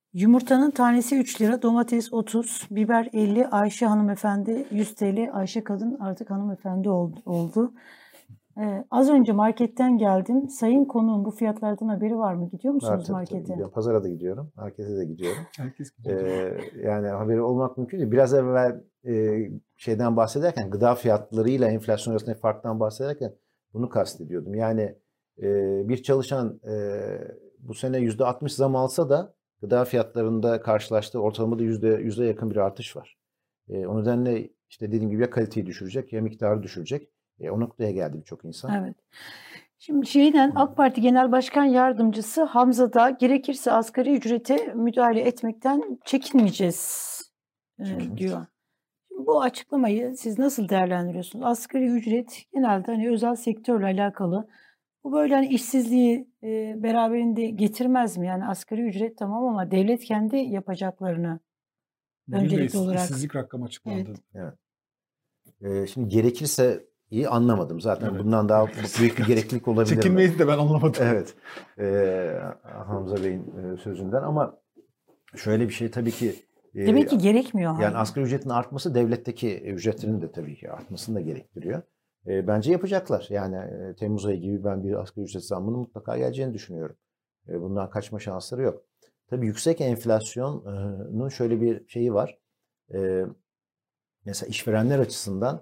Yumurtanın tanesi 3 lira, domates 30, biber 50, Ayşe hanımefendi 100 TL, Ayşe kadın artık hanımefendi oldu. Az önce marketten geldim. Sayın konuğum bu fiyatlardan haberi var mı? Gidiyor Var musunuz tabii markete? gidiyorum. Pazara da gidiyorum. Markete de gidiyorum. Herkes gidiyor. Yani haberi olmak mümkün değil. Biraz evvel şeyden bahsederken, gıda fiyatlarıyla enflasyon arasındaki farktan bahsederken bunu kastediyordum. Yani bir çalışan bu sene %60 zam alsa da gıda fiyatlarında karşılaştığı ortalamada yüzde yakın bir artış var. O nedenle işte dediğim gibi ya kaliteyi düşürecek ya miktarı düşürecek. O noktaya geldi birçok insan. Evet. Şimdi AK Parti Genel Başkan Yardımcısı Hamza da gerekirse asgari ücrete müdahale etmekten çekinmeyeceğiz diyor. Bu açıklamayı siz nasıl değerlendiriyorsunuz? Asgari ücret genelde hani özel sektörle alakalı. Bu böyle hani işsizliği beraberinde getirmez mi? Yani asgari ücret tamam ama devlet kendi yapacaklarını Bugün de öncelikli olarak. işsizlik rakamı açıklandı. Evet. Şimdi gerekirse iyi anlamadım. Zaten Evet. bundan daha büyük bir gereklilik olabilir. Çekinmeyi de ben anlamadım. Evet. Hamza Bey'in sözünden ama şöyle bir şey tabii ki Demek ki gerekmiyor. yani asgari ücretin artması devletteki ücretlerin de tabii ki artmasını da gerektiriyor. Bence yapacaklar. Yani Temmuz ayı gibi ben bir asgari ücret zammının mutlaka geleceğini düşünüyorum. Bundan kaçma şansları yok. Tabii yüksek enflasyonun şöyle bir şeyi var. Mesela işverenler açısından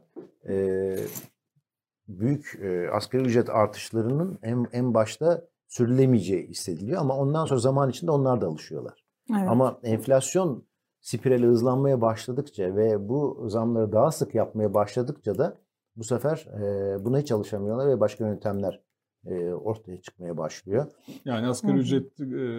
büyük asgari ücret artışlarının en başta sürülemeyeceği hissediliyor ama ondan sonra zaman içinde onlar da alışıyorlar. Evet. Ama enflasyon spirali hızlanmaya başladıkça ve bu zamları daha sık yapmaya başladıkça da bu sefer buna hiç çalışamıyorlar ve başka yöntemler ortaya çıkmaya başlıyor. Yani asgari ücret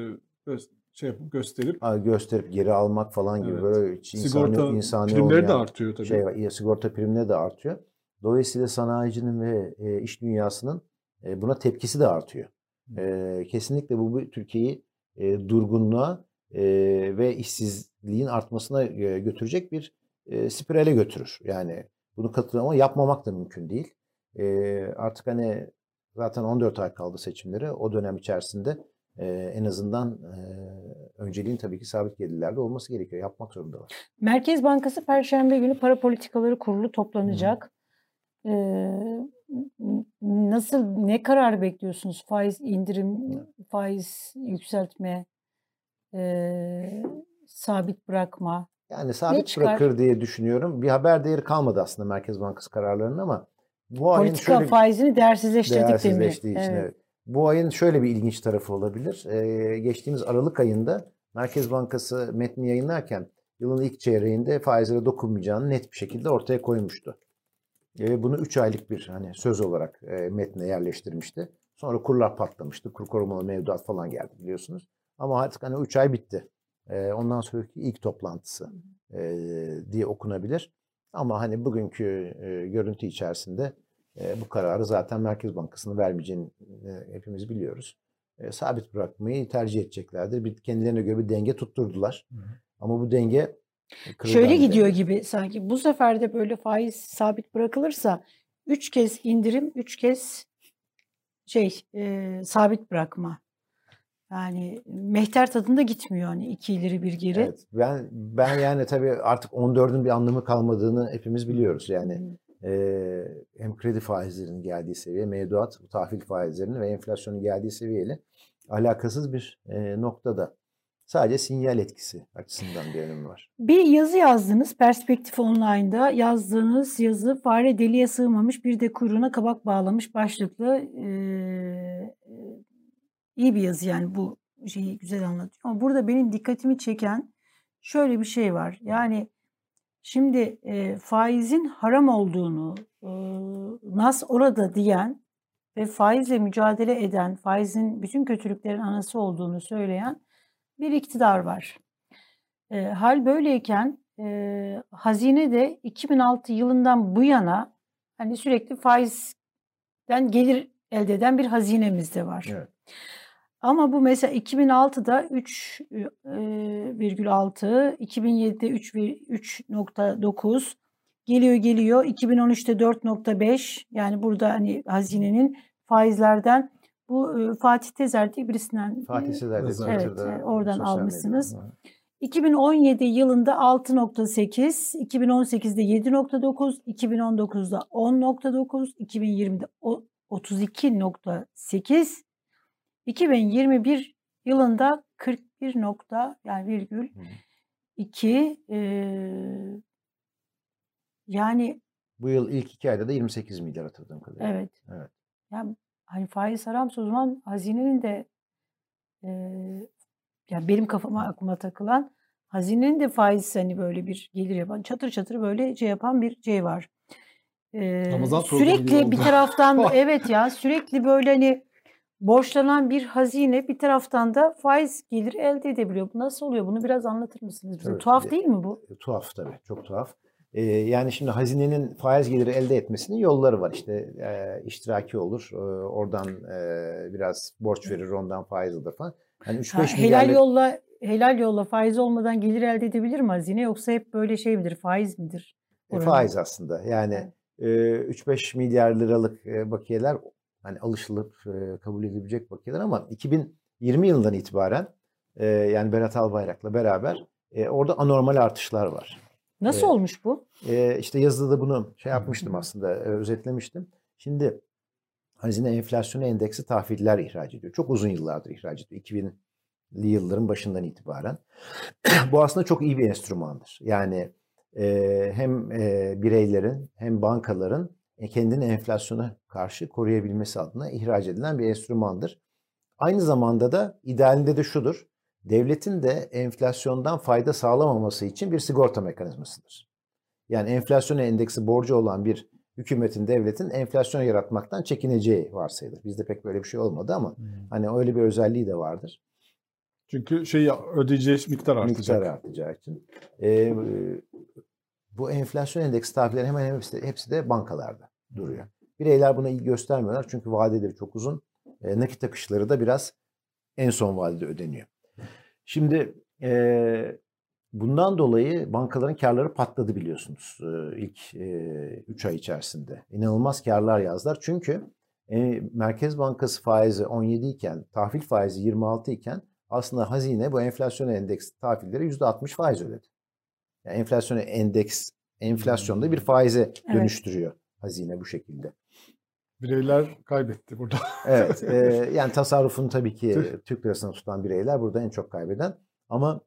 gösterip geri almak falan gibi böyle sigorta insani primleri de artıyor tabii. Sigorta primleri de artıyor. Dolayısıyla sanayicinin ve iş dünyasının buna tepkisi de artıyor. Kesinlikle bu Türkiye'yi durgunluğa ve işsizliğin artmasına götürecek bir spirale götürür. Yani bunu katılıyorum ama yapmamak da mümkün değil. Artık hani zaten 14 ay kaldı seçimlere. O dönem içerisinde en azından önceliğin tabii ki sabit gelirlerde olması gerekiyor. Yapmak zorundalar. Merkez Bankası Perşembe günü Para Politikaları Kurulu toplanacak. Ne karar bekliyorsunuz? Faiz indirim, faiz yükseltme, sabit bırakma. Yani sabit bırakır diye düşünüyorum. Bir haber değeri kalmadı aslında Merkez Bankası kararlarının ama bu ayın politika faizini değersizleştirdik için evet. Bu ayın şöyle bir ilginç tarafı olabilir. Geçtiğimiz Aralık ayında Merkez Bankası metni yayınlarken yılın ilk çeyreğinde faizlere dokunmayacağını net bir şekilde ortaya koymuştu. Bunu 3 aylık bir söz olarak metne yerleştirmişti. Sonra kurlar patlamıştı. Kur korumalı mevduat falan geldi biliyorsunuz. Ama artık 3 ay bitti. Ondan sonraki ilk toplantısı diye okunabilir. Ama bugünkü görüntü içerisinde bu kararı zaten Merkez Bankası'nın vermeyeceğini hepimiz biliyoruz. Sabit bırakmayı tercih edeceklerdir. Kendilerine göre bir denge tutturdular. Ama bu denge şöyle gidiyor gibi sanki. Bu sefer de böyle faiz sabit bırakılırsa 3 kez indirim, 3 kez sabit bırakma. Yani mehter tadında gitmiyor 2 ileri bir geri. Evet, ben yani tabii artık 14'ün bir anlamı kalmadığını hepimiz biliyoruz. Yani hem kredi faizlerinin geldiği seviye, mevduat, tahvil faizlerinin ve enflasyonun geldiği seviyeyle alakasız bir noktada. Sadece sinyal etkisi açısından bir önemi var. Bir yazı yazdınız Perspektif Online'da. Yazdığınız yazı fare deliğe sığmamış bir de kuyruğuna kabak bağlamış başlıklı iyi bir yazı yani bu şeyi güzel anlatıyor. Ama burada benim dikkatimi çeken şöyle bir şey var. Yani şimdi faizin haram olduğunu nas orada diyen ve faizle mücadele eden, faizin bütün kötülüklerin anası olduğunu söyleyen bir iktidar var. Hal böyleyken hazine de 2006 yılından bu yana sürekli faizden gelir elde eden bir hazinemiz de var. Evet. Ama bu mesela 2006'da 3,6, 2007'de 3,9 geliyor. 2013'te 4,5 yani burada hazinenin faizlerden Bu Fatih Tezer diye birisinden. Fatih Sezer de Evet, Evet, Twitter'da, oradan sosyal almışsınız. medyada. 2017 yılında 6.8, 2018'de 7.9, 2019'da 10.9, 2020'de 32.8, 2021 yılında 41 yani virgül 2, yani Bu yıl ilk 2 ayda da 28 milyar hatırladığım kadarıyla. evet. Evet. Yani hani faiz haramsa o zaman hazinenin de yani benim aklıma takılan hazinenin de faiz hani böyle bir gelir yapan çatır çatır böyle şey yapan bir şey var. Ramazan programı gibi Sürekli bir oldu. taraftan evet ya sürekli böyle hani borçlanan bir hazine bir taraftan da faiz geliri elde edebiliyor. Bu nasıl oluyor? Bunu biraz anlatır mısınız bize? Tabii. Tuhaf değil mi bu? Tuhaf tabii. Çok tuhaf. Yani şimdi hazinenin faiz geliri elde etmesinin yolları var. İşte iştiraki olur. Oradan biraz borç verir, ondan faiz alır falan. Yani 3-5 milyarlık... helal yolla faiz olmadan gelir elde edebilir mi hazine yoksa hep böyle şey midir? Faiz midir? Faiz aslında. Yani 3-5 milyar liralık bakiyeler hani alışılıp kabul edilebilecek bakiyeler ama 2020 yılından itibaren yani Berat Albayrak'la beraber orada anormal artışlar var. Nasıl olmuş bu? İşte yazıda da bunu şey yapmıştım aslında, özetlemiştim. Şimdi hazine enflasyonu endeksi tahviller ihraç ediyor. Çok uzun yıllardır ihraç ediyor. 2000'li yılların başından itibaren. Bu aslında çok iyi bir enstrümandır. Yani hem bireylerin hem bankaların kendini enflasyona karşı koruyabilmesi adına ihraç edilen bir enstrümandır. Aynı zamanda da idealinde de şudur. Devletin de enflasyondan fayda sağlamaması için bir sigorta mekanizmasıdır. Yani enflasyon endeksi borcu olan bir hükümetin, devletin enflasyon yaratmaktan çekineceği varsayılır. Bizde pek böyle bir şey olmadı ama hani öyle bir özelliği de vardır. Çünkü ödeyeceği miktar artacak. Miktar artacağı için. Bu enflasyon endeksi tahvilleri hemen hepsi de bankalarda duruyor. Bireyler buna ilgi göstermiyorlar çünkü vadeleri çok uzun. Nakit akışları da biraz en son vadede ödeniyor. Şimdi bundan dolayı bankaların karları patladı biliyorsunuz ilk 3 ay içerisinde. İnanılmaz karlar yazdılar. Çünkü Merkez Bankası faizi 17 iken, tahvil faizi 26 iken aslında hazine bu enflasyon endeksi tahvilleri %60 faiz ödedi. Yani enflasyonda bir faize dönüştürüyor hazine bu şekilde. Bireyler kaybetti burada. Evet. Yani tasarrufunu tabii ki Türk lirasına tutan bireyler burada en çok kaybeden. Ama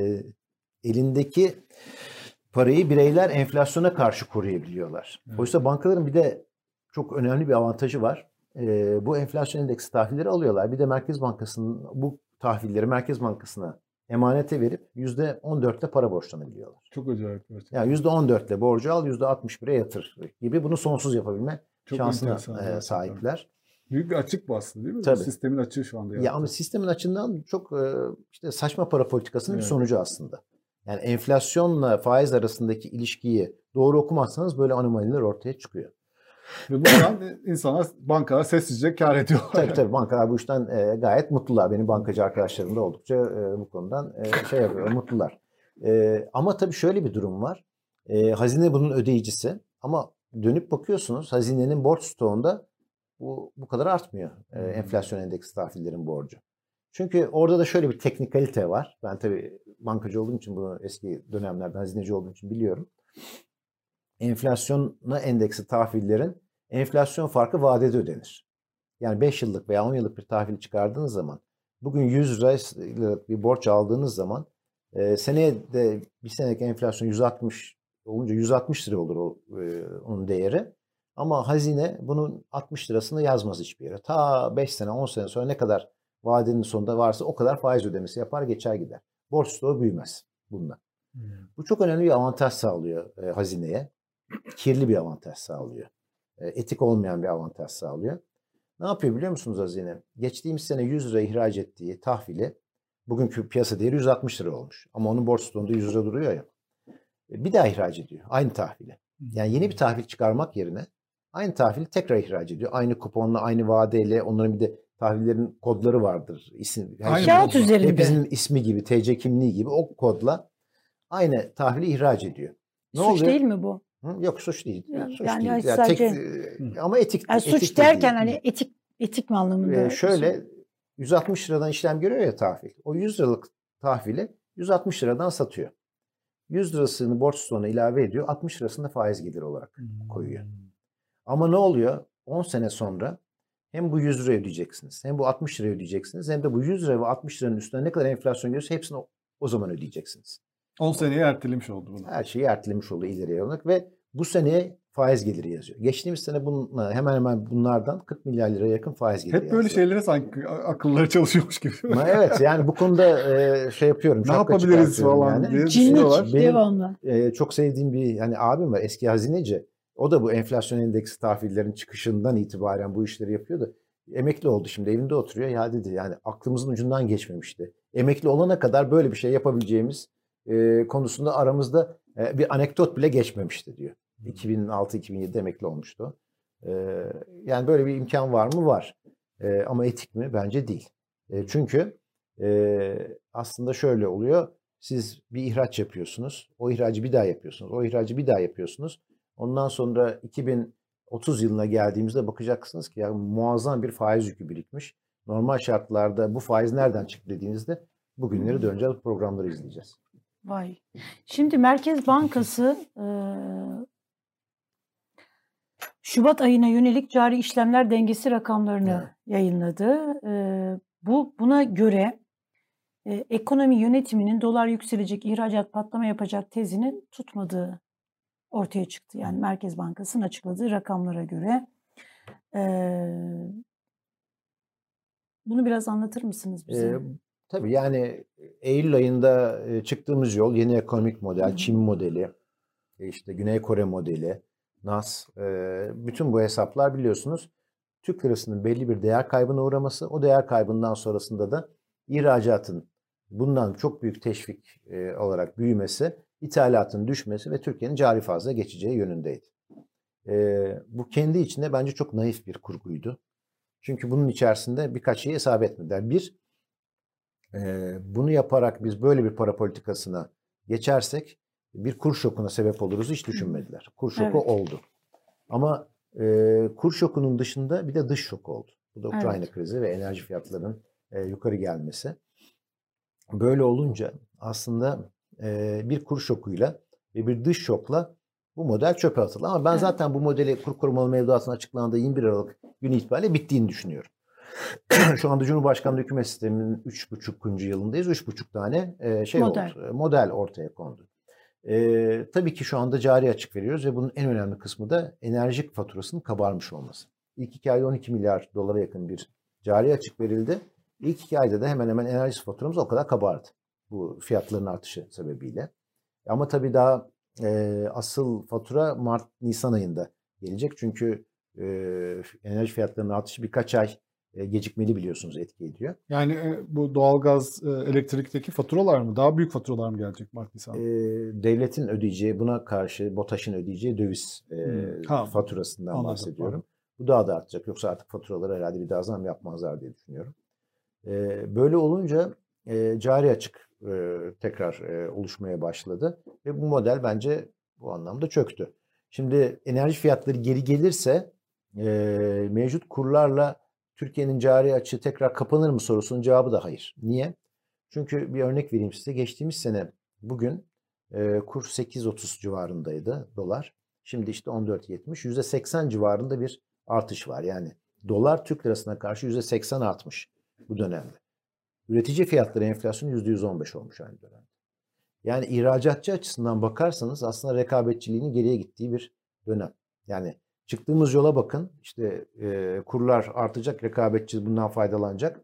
elindeki parayı bireyler enflasyona karşı koruyabiliyorlar. Evet. Oysa bankaların bir de çok önemli bir avantajı var. Bu enflasyon endeksi tahvilleri alıyorlar. Bir de Merkez Bankası'nın bu tahvilleri Merkez Bankası'na emanete verip %14'le para borçlanabiliyorlar. Çok acayip. Yani %14'le borcu al, %61'e yatır gibi bunu sonsuz yapabilme çok şansına sahipler. Büyük bir açık bu aslında değil mi? Tabii. Sistemin açığı şu anda. Ya ama sistemin açığından çok işte saçma para politikasının bir sonucu aslında. Yani enflasyonla faiz arasındaki ilişkiyi doğru okumazsanız böyle anomaliler ortaya çıkıyor. Ve buradan insanlar, bankalar sessizce kar ediyorlar. Tabii bankalar bu işten gayet mutlular. Benim bankacı arkadaşlarım da oldukça bu konudan yapıyor, mutlular. Ama tabii şöyle bir durum var. Hazine bunun ödeyicisi ama dönüp bakıyorsunuz hazinenin borç stoğunda bu kadar artmıyor enflasyon endeksi tahvillerin borcu. Çünkü orada da şöyle bir teknikalite var. Ben tabii bankacı olduğum için bunu eski dönemlerden hazineci olduğum için biliyorum. Enflasyona endeksi tahvillerin enflasyon farkı vadede ödenir. Yani 5 yıllık veya 10 yıllık bir tahvil çıkardığınız zaman bugün 100 liralık bir borç aldığınız zaman seneye de bir senelik enflasyon 160 olunca 160 lira olur onun değeri. Ama hazine bunun 60 lirasını yazmaz hiçbir yere. Ta 5 sene 10 sene sonra ne kadar vadenin sonunda varsa o kadar faiz ödemesi yapar geçer gider. Borç stoğu büyümez bundan. Bu çok önemli bir avantaj sağlıyor hazineye. Kirli bir avantaj sağlıyor. Etik olmayan bir avantaj sağlıyor. Ne yapıyor biliyor musunuz hazine? Geçtiğimiz sene 100 lira ihraç ettiği tahvili bugünkü piyasa değeri 160 lira olmuş. Ama onun borç stoğunda 100 lira duruyor ya. Bir daha ihraç ediyor. Aynı tahvili. Yani yeni bir tahvil çıkarmak yerine aynı tahvili tekrar ihraç ediyor. Aynı kuponla, aynı vadeyle. Onların bir de tahvillerin kodları vardır. İsim, kağıt üzerinde. Hepimizin ismi gibi, TC kimliği gibi o kodla aynı tahvili ihraç ediyor. Suç değil mi bu? Yok suç değil. Suç yani değil. sadece... Ama etik. Yani suç derken hani Etik mi anlamında? Şöyle 160 liradan işlem görüyor ya tahvil. O 100 liralık tahvili 160 liradan satıyor. 100 lirasını borç sonuna ilave ediyor. 60 lirasını da faiz geliri olarak koyuyor. Ama ne oluyor? 10 sene sonra hem bu 100 lira ödeyeceksiniz, hem bu 60 lira ödeyeceksiniz, hem de bu 100 lira ve 60 liranın üstüne ne kadar enflasyon geliyorsa hepsini o zaman ödeyeceksiniz. 10 seneye ertelemiş oldu bunu. Her şeyi ertelemiş oldu ileriye yönelik ve bu seneye faiz geliri yazıyor. Geçtiğimiz sene hemen hemen bunlardan 40 milyar liraya yakın faiz geliri Hep böyle yazdı. şeylere sanki akılları çalışıyormuş gibi. Ama evet, yani bu konuda şey yapıyorum. Ne şapka yapabiliriz çıkartıyorum falan diye Cinlik düşünüyorlar. devamlı. Çok sevdiğim bir abim var, eski hazineci. O da bu enflasyon endeksi tahvillerin çıkışından itibaren bu işleri yapıyordu. Emekli oldu, şimdi evinde oturuyor. Ya dedi, yani aklımızın ucundan geçmemişti. Emekli olana kadar böyle bir şey yapabileceğimiz konusunda aramızda bir anekdot bile geçmemişti diyor. 2006-2007'de emekli olmuştu. Yani böyle bir imkan var mı? Var. Ama etik mi? Bence değil. Çünkü aslında şöyle oluyor. Siz bir ihraç yapıyorsunuz. O ihracı bir daha yapıyorsunuz. O ihracı bir daha yapıyorsunuz. Ondan sonra 2030 yılına geldiğimizde bakacaksınız ki yani muazzam bir faiz yükü birikmiş. Normal şartlarda bu faiz nereden çıktı dediğinizde bugünleri döneceğiz, programları izleyeceğiz. Vay. Şimdi Merkez Bankası Şubat ayına yönelik cari işlemler dengesi rakamlarını yayınladı. Buna göre ekonomi yönetiminin dolar yükselecek, ihracat patlama yapacak tezinin tutmadığı ortaya çıktı. Yani Merkez Bankası'nın açıkladığı rakamlara göre. Bunu biraz anlatır mısınız bize? Tabii, yani Eylül ayında çıktığımız yol yeni ekonomik model, Çin modeli, işte Güney Kore modeli, NAS, bütün bu hesaplar biliyorsunuz Türk lirasının belli bir değer kaybına uğraması, o değer kaybından sonrasında da ihracatın bundan çok büyük teşvik olarak büyümesi, ithalatın düşmesi ve Türkiye'nin cari fazla geçeceği yönündeydi. Bu kendi içinde bence çok naif bir kurguydu. Çünkü bunun içerisinde birkaç şeyi hesap etmediler. Bir, bunu yaparak biz böyle bir para politikasına geçersek bir kur şokuna sebep oluruz hiç düşünmediler. Kur şoku oldu. Ama kur şokunun dışında bir de dış şok oldu. Bu da Ukrayna krizi ve enerji fiyatlarının yukarı gelmesi. Böyle olunca aslında bir kur şokuyla ve bir dış şokla bu model çöpe atıldı. Ama ben zaten bu modeli kur korumalı mevduatın açıklandığı 21 Aralık günü itibariyle bittiğini düşünüyorum. Şu anda Cumhurbaşkanlığı hükümet sisteminin 3,5. yılındayız. 3,5 tane model ortaya kondu. Tabii ki şu anda cari açık veriyoruz ve bunun en önemli kısmı da enerji faturasının kabarmış olması. İlk 2 ayda 12 milyar dolara yakın bir cari açık verildi. İlk 2 ayda da hemen hemen enerji faturamız o kadar kabardı. Bu fiyatların artışı sebebiyle. Ama tabii daha asıl fatura Mart-Nisan ayında gelecek. Çünkü enerji fiyatlarının artışı birkaç ay gecikmeli biliyorsunuz etki ediyor. Yani bu doğalgaz, elektrikteki faturalar mı? Daha büyük faturalar mı gelecek Mart-Nisan? Devletin ödeyeceği, buna karşı BOTAŞ'ın ödeyeceği döviz faturasından anladım, bahsediyorum. anladım. Bu daha da artacak. Yoksa artık faturaları herhalde bir daha zam yapmazlar diye düşünüyorum. Böyle olunca cari açık tekrar oluşmaya başladı. Ve bu model bence bu anlamda çöktü. Şimdi enerji fiyatları geri gelirse mevcut kurlarla Türkiye'nin cari açığı tekrar kapanır mı sorusunun cevabı da hayır. Niye? Çünkü bir örnek vereyim size. Geçtiğimiz sene bugün kur 8.30 civarındaydı dolar. Şimdi işte 14.70. %80 civarında bir artış var. Yani dolar Türk lirasına karşı %80 artmış bu dönemde. Üretici fiyatları enflasyonu %115 olmuş aynı dönemde. Yani ihracatçı açısından bakarsanız aslında rekabetçiliğinin geriye gittiği bir dönem. Yani çıktığımız yola bakın. İşte kurlar artacak, rekabetçi bundan faydalanacak.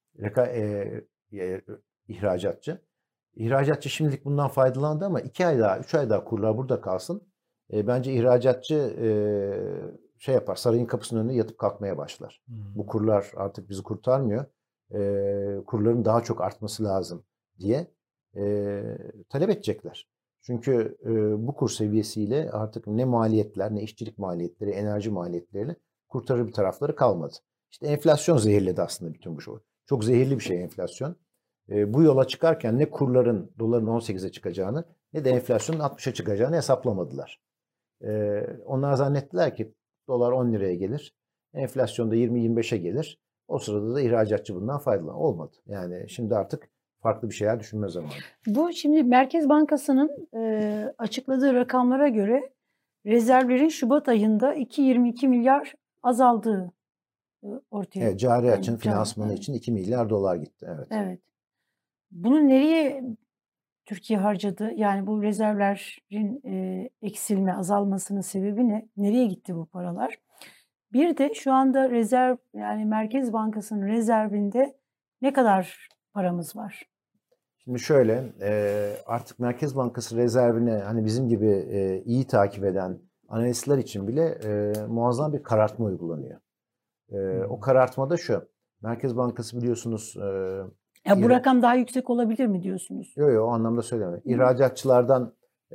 İhracatçı. İhracatçı şimdilik bundan faydalandı ama 2 ay daha, 3 ay daha kurlar burada kalsın. Bence ihracatçı şey yapar, sarayın kapısının önünde yatıp kalkmaya başlar. Bu kurlar artık bizi kurtarmıyor. Kurların daha çok artması lazım diye talep edecekler. Çünkü bu kur seviyesiyle artık ne maliyetler, ne işçilik maliyetleri, enerji maliyetleriyle kurtarır bir tarafları kalmadı. İşte enflasyon zehirledi aslında bütün bu şey. Çok zehirli bir şey enflasyon. Bu yola çıkarken ne kurların doların 18'e çıkacağını ne de enflasyonun 60'a çıkacağını hesaplamadılar. Onlar zannettiler ki dolar 10 liraya gelir. Enflasyonda 20-25'e gelir. O sırada da ihracatçı bundan faydalanır. Olmadı. Yani şimdi artık farklı bir şeyler düşünme zamanı. Bu şimdi Merkez Bankası'nın açıkladığı rakamlara göre rezervlerin Şubat ayında 2,22 milyar azaldığı ortaya. Evet, cari açığın Yani finansmanı evet. için 2 milyar dolar gitti. Evet. Evet. Bunu nereye Türkiye harcadı? Yani bu rezervlerin eksilme, azalmasının sebebi ne? Nereye gitti bu paralar? Bir de şu anda rezerv, yani Merkez Bankası'nın rezervinde ne kadar paramız var? Şimdi şöyle, artık Merkez Bankası rezervine hani bizim gibi iyi takip eden analistler için bile muazzam bir karartma uygulanıyor. O karartmada şu, Merkez Bankası biliyorsunuz... Ya bu rakam daha yüksek olabilir mi diyorsunuz? Yok, o anlamda söylemiyorum. İhracatçılardan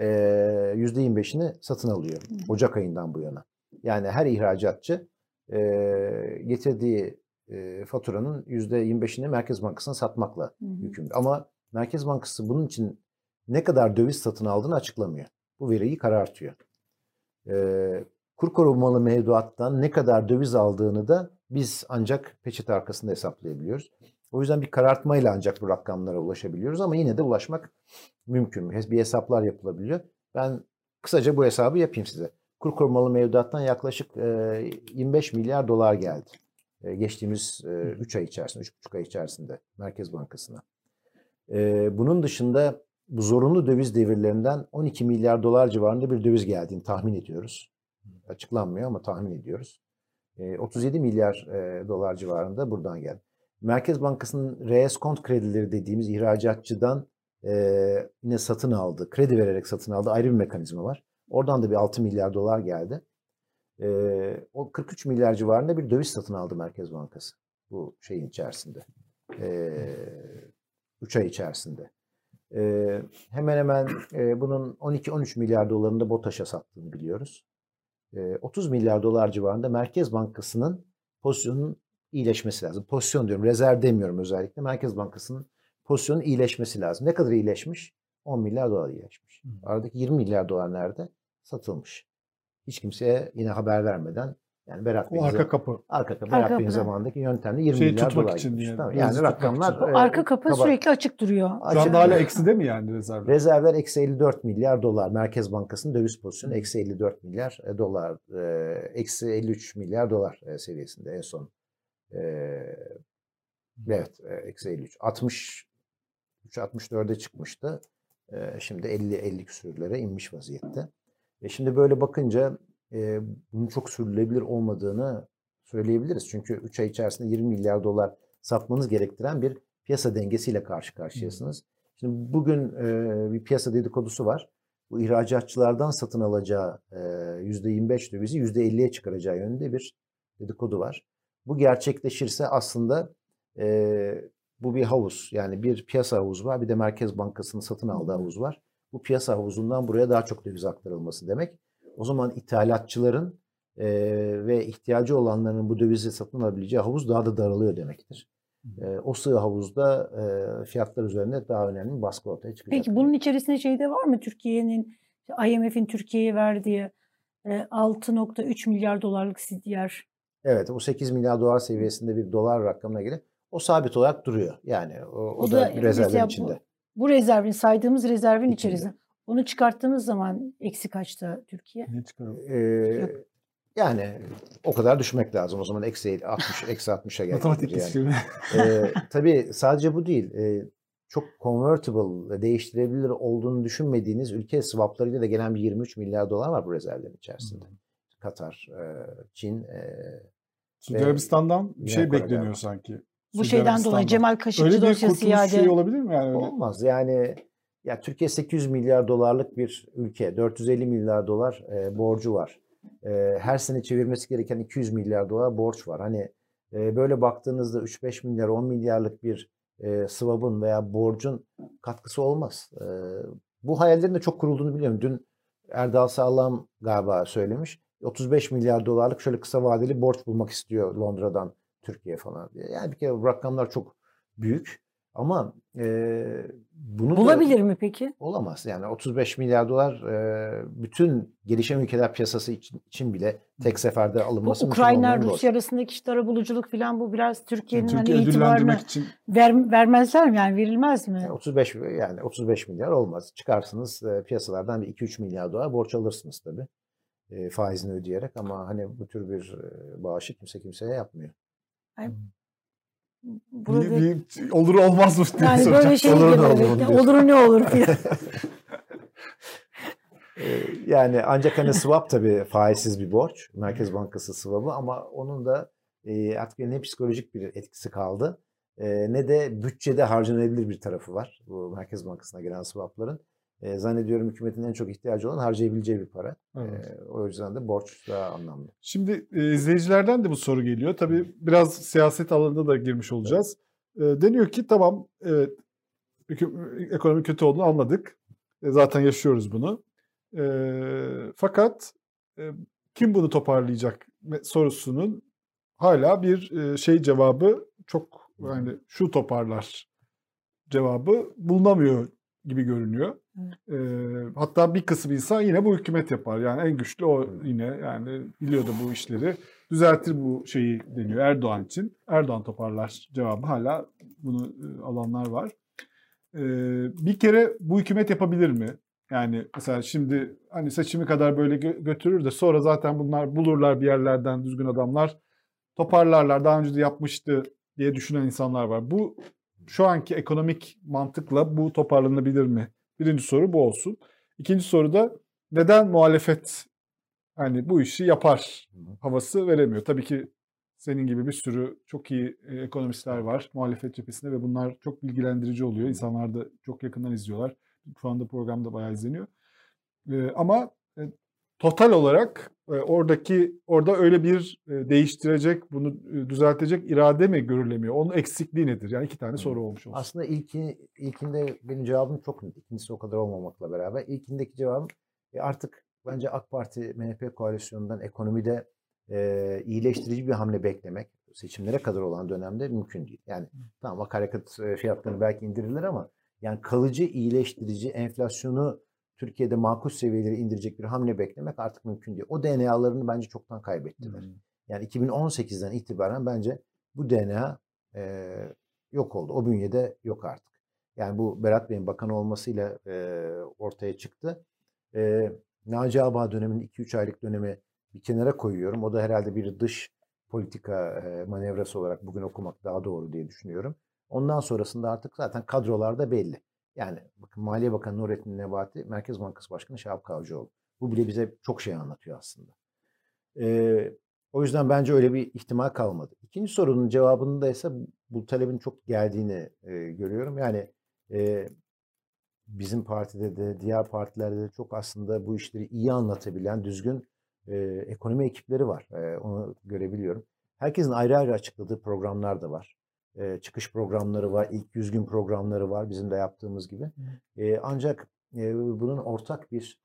%25'ini satın alıyor Ocak ayından bu yana. Yani her ihracatçı getirdiği faturanın %25'ini Merkez Bankası'na satmakla yükümlü. Ama Merkez Bankası bunun için ne kadar döviz satın aldığını açıklamıyor. Bu veriyi karartıyor. Kur korumalı mevduattan ne kadar döviz aldığını da biz ancak peçete arkasında hesaplayabiliyoruz. O yüzden bir karartmayla ancak bu rakamlara ulaşabiliyoruz ama yine de ulaşmak mümkün. Bir hesaplar yapılabiliyor. Ben kısaca bu hesabı yapayım size. Kur korumalı mevduattan yaklaşık 25 milyar dolar geldi. Geçtiğimiz 3 ay içerisinde, 3,5 ay içerisinde Merkez Bankası'na. Bunun dışında bu zorunlu döviz devirlerinden 12 milyar dolar civarında bir döviz geldiğini tahmin ediyoruz. Açıklanmıyor ama tahmin ediyoruz. 37 milyar dolar civarında buradan geldi. Merkez Bankası'nın reeskont kredileri dediğimiz ihracatçıdan yine satın aldı, kredi vererek satın aldı ayrı bir mekanizma var. Oradan da bir 6 milyar dolar geldi. O 43 milyar civarında bir döviz satın aldı Merkez Bankası bu şeyin içerisinde. 3 ay içerisinde. Hemen hemen bunun 12-13 milyar dolarında BOTAŞ'a sattığını biliyoruz. 30 milyar dolar civarında Merkez Bankası'nın pozisyonunun iyileşmesi lazım. Pozisyon diyorum, rezerv demiyorum özellikle. Merkez Bankası'nın pozisyonun iyileşmesi lazım. Ne kadar iyileşmiş? 10 milyar dolar iyileşmiş. Aradaki 20 milyar dolar nerede? Satılmış. Hiç kimseye yine haber vermeden, yani Berat Bey'in arka kapı. Berat Bey'in zamanındaki yöntemle 20 milyar dolar için gitmiş. yani. Tamam. Yani rakamlar... arka kapı sürekli açık duruyor. Şu anda hala ekside mi yani rezervler? Rezervler eksi 54 milyar dolar. Merkez Bankası'nın döviz pozisyonu eksi 54 milyar dolar. Eksi 53 milyar dolar seviyesinde en son. Evet, eksi 53. 63-64'e çıkmıştı. Şimdi 50 küsürlere inmiş vaziyette. Şimdi böyle bakınca bunun çok sürdürülebilir olmadığını söyleyebiliriz. Çünkü 3 ay içerisinde 20 milyar dolar satmanız gerektiren bir piyasa dengesiyle karşı karşıyasınız. Şimdi bugün bir piyasa dedikodusu var. Bu ihracatçılardan satın alacağı %25 dövizi %50'ye çıkaracağı yönünde bir dedikodu var. Bu gerçekleşirse aslında bu bir havuz. Yani bir piyasa havuzu var, bir de Merkez Bankası'nın satın aldığı havuz var. Bu piyasa havuzundan buraya daha çok döviz aktarılması demek. O zaman ithalatçıların ve ihtiyacı olanların bu dövizi satın alabileceği havuz daha da daralıyor demektir. O sığ havuzda fiyatlar üzerinde daha önemli bir baskı ortaya çıkacak. Peki bunun içerisinde şey de var mı? IMF'in Türkiye'ye verdiği 6,3 milyar dolarlık CDR. Evet, o 8 milyar dolar seviyesinde bir dolar rakamına göre o sabit olarak duruyor. Yani o da rezervler içinde. Bu rezervin, saydığımız rezervin içerisinde. Onu çıkarttığımız zaman eksi kaçta Türkiye? Ne çıkaralım? Yani o kadar düşmek lazım. O zaman eksi 60'a gelecek. Matematik yani. Tabii sadece bu değil. Çok convertible, değiştirebilir olduğunu düşünmediğiniz ülke swaplarıyla da gelen bir 23 milyar dolar var bu rezervlerin içerisinde. Katar, Çin. Suudi Arabistan'dan bir şey bekleniyor sanki. Bu şeyden dolayı Cemal Kaşıkçı dosyası iade. Öyle bir şey olabilir mi yani? Öyle? Olmaz. Yani ya Türkiye 800 milyar dolarlık bir ülke. 450 milyar dolar borcu var. Her sene çevirmesi gereken 200 milyar dolar borç var. Hani böyle baktığınızda 3-5 milyar, 10 milyarlık bir swap'ın veya borcun katkısı olmaz. Bu hayallerin de çok kurulduğunu biliyorum. Dün Erdal Sağlam galiba söylemiş. 35 milyar dolarlık şöyle kısa vadeli borç bulmak istiyor Londra'dan Türkiye falan diye. Yani bir kere rakamlar çok büyük. Ama bunu Bulabilir mi peki? olamaz. Yani 35 milyar dolar bütün gelişen ülkeler piyasası için bile tek seferde Bu alınması mümkün olmayan Ukrayna bir borç. Rusya arasındaki işte arabuluculuk falan bu biraz Türkiye'nin hani Türkiye itibarını ödüllendirmek için vermezler mi, yani verilmez mi? 35 milyar olmaz. Çıkarsınız piyasalardan bir 2-3 milyar dolar borç alırsınız tabii. Faizini ödeyerek, ama hani bu tür bir bağışı kimse kimseye yapmıyor. Burada bir olur olmaz mı diye yani soracağım. böyle şey Olur gibi, ne olur evet, diyorsun. olur ne olur filan. Yani ancak hani swap tabii faizsiz bir borç. Merkez Bankası swap'ı, ama onun da artık ne psikolojik bir etkisi kaldı, ne de bütçede harcanabilir bir tarafı var bu Merkez Bankası'na gelen swap'ların. Zannediyorum hükümetin en çok ihtiyacı olan harcayabileceği bir para. Evet. O yüzden de borç daha anlamlı. Şimdi izleyicilerden de bu soru geliyor. Tabii biraz siyaset alanına da girmiş olacağız. Deniyor ki tamam, ekonomi kötü olduğunu anladık. Zaten yaşıyoruz bunu. Fakat kim bunu toparlayacak sorusunun hala bir cevabı çok, yani şu toparlar cevabı bulunamıyor gibi görünüyor. Hatta bir kısım insan yine bu hükümet yapar. Yani en güçlü o, yine yani biliyordu bu işleri. Düzeltir bu şeyi deniyor Erdoğan için. Erdoğan toparlar cevabı, hala bunu alanlar var. Bir kere bu hükümet yapabilir mi? Yani mesela şimdi hani seçimi kadar böyle götürür de sonra zaten bunlar bulurlar bir yerlerden düzgün adamlar, toparlarlar, daha önce de yapmıştı diye düşünen insanlar var. Bu şu anki ekonomik mantıkla bu toparlanabilir mi? Birinci soru bu olsun. İkinci soru da neden muhalefet hani bu işi yapar havası veremiyor? Tabii ki senin gibi bir sürü çok iyi ekonomistler var muhalefet cephesinde ve bunlar çok bilgilendirici oluyor. İnsanlar da çok yakından izliyorlar. Şu anda programda bayağı izleniyor. Ama total olarak orada öyle bir değiştirecek, bunu düzeltecek irade mi görülemiyor? Onun eksikliği nedir? Yani iki tane soru olmuş olsun. Aslında ilkinde benim cevabım çok net. İkincisi o kadar olmamakla beraber. İlkindeki cevabım artık bence AK Parti MHP koalisyonundan ekonomide iyileştirici bir hamle beklemek seçimlere kadar olan dönemde mümkün değil. Yani tamam, akaryakıt fiyatlarını belki indirirler, ama yani kalıcı iyileştirici, enflasyonu Türkiye'de makul seviyelere indirecek bir hamle beklemek artık mümkün değil. O DNA'larını bence çoktan kaybettiler. Yani 2018'den itibaren bence bu DNA yok oldu. O bünyede yok artık. Yani bu Berat Bey'in bakan olmasıyla ortaya çıktı. Naci Ağbağ döneminin 2-3 aylık dönemi bir kenara koyuyorum. O da herhalde bir dış politika manevrası olarak bugün okumak daha doğru diye düşünüyorum. Ondan sonrasında artık zaten kadrolarda belli. Yani bakın, Maliye Bakanı Nurettin Nebati, Merkez Bankası Başkanı Şahap Kavcıoğlu. Bu bile bize çok şey anlatıyor aslında. O yüzden bence öyle bir ihtimal kalmadı. İkinci sorunun cevabında ise bu talebin çok geldiğini görüyorum. Yani bizim partide de diğer partilerde de çok aslında bu işleri iyi anlatabilen düzgün ekonomi ekipleri var. Onu görebiliyorum. Herkesin ayrı ayrı açıkladığı programlar da var. Çıkış programları var, ilk 100 gün programları var, bizim de yaptığımız gibi. Ancak bunun ortak bir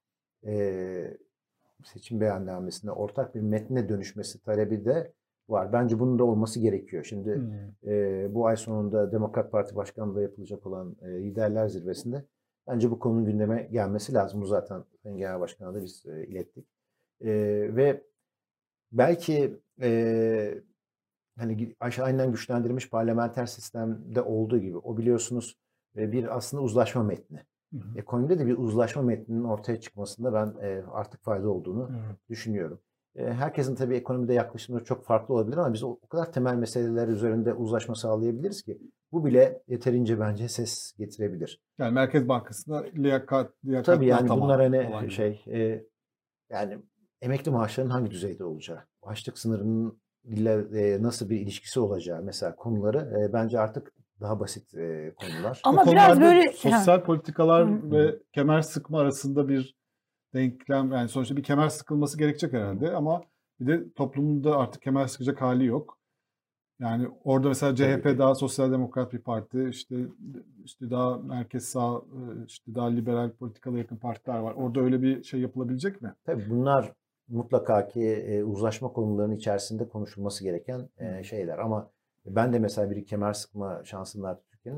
seçim beyannamesinde ortak bir metne dönüşmesi talebi de var. Bence bunun da olması gerekiyor. Şimdi bu ay sonunda Demokrat Parti Başkanlığı'nda yapılacak olan liderler zirvesinde bence bu konunun gündeme gelmesi lazım. Bu zaten Genel Başkan'a da biz ilettik. Ve belki hani aynen güçlendirilmiş parlamenter sistemde olduğu gibi, o biliyorsunuz bir aslında uzlaşma metni. Ekonomide de bir uzlaşma metninin ortaya çıkmasında ben artık fayda olduğunu düşünüyorum. Herkesin tabii ekonomide yaklaşımları çok farklı olabilir, ama biz o kadar temel meseleler üzerinde uzlaşma sağlayabiliriz ki bu bile yeterince bence ses getirebilir. Yani Merkez Bankası'nda liyakat tabii yani bunlar hani yani emekli maaşlarının hangi düzeyde olacağı, açlık sınırının ile nasıl bir ilişkisi olacağı mesela konuları bence artık daha basit konular. Ama biraz böyle sosyal politikalar ve kemer sıkma arasında bir denklem, yani sonuçta bir kemer sıkılması gerekecek herhalde, ama bir de toplumun da artık kemer sıkacak hali yok. Yani orada mesela CHP daha sosyal demokrat bir parti, işte daha merkez sağ, işte daha liberal politikalara yakın partiler var. Orada öyle bir şey yapılabilecek mi? Tabii bunlar mutlaka ki uzlaşma konularının içerisinde konuşulması gereken şeyler, ama ben de mesela bir kemer sıkma şansım var Türkiye'nin.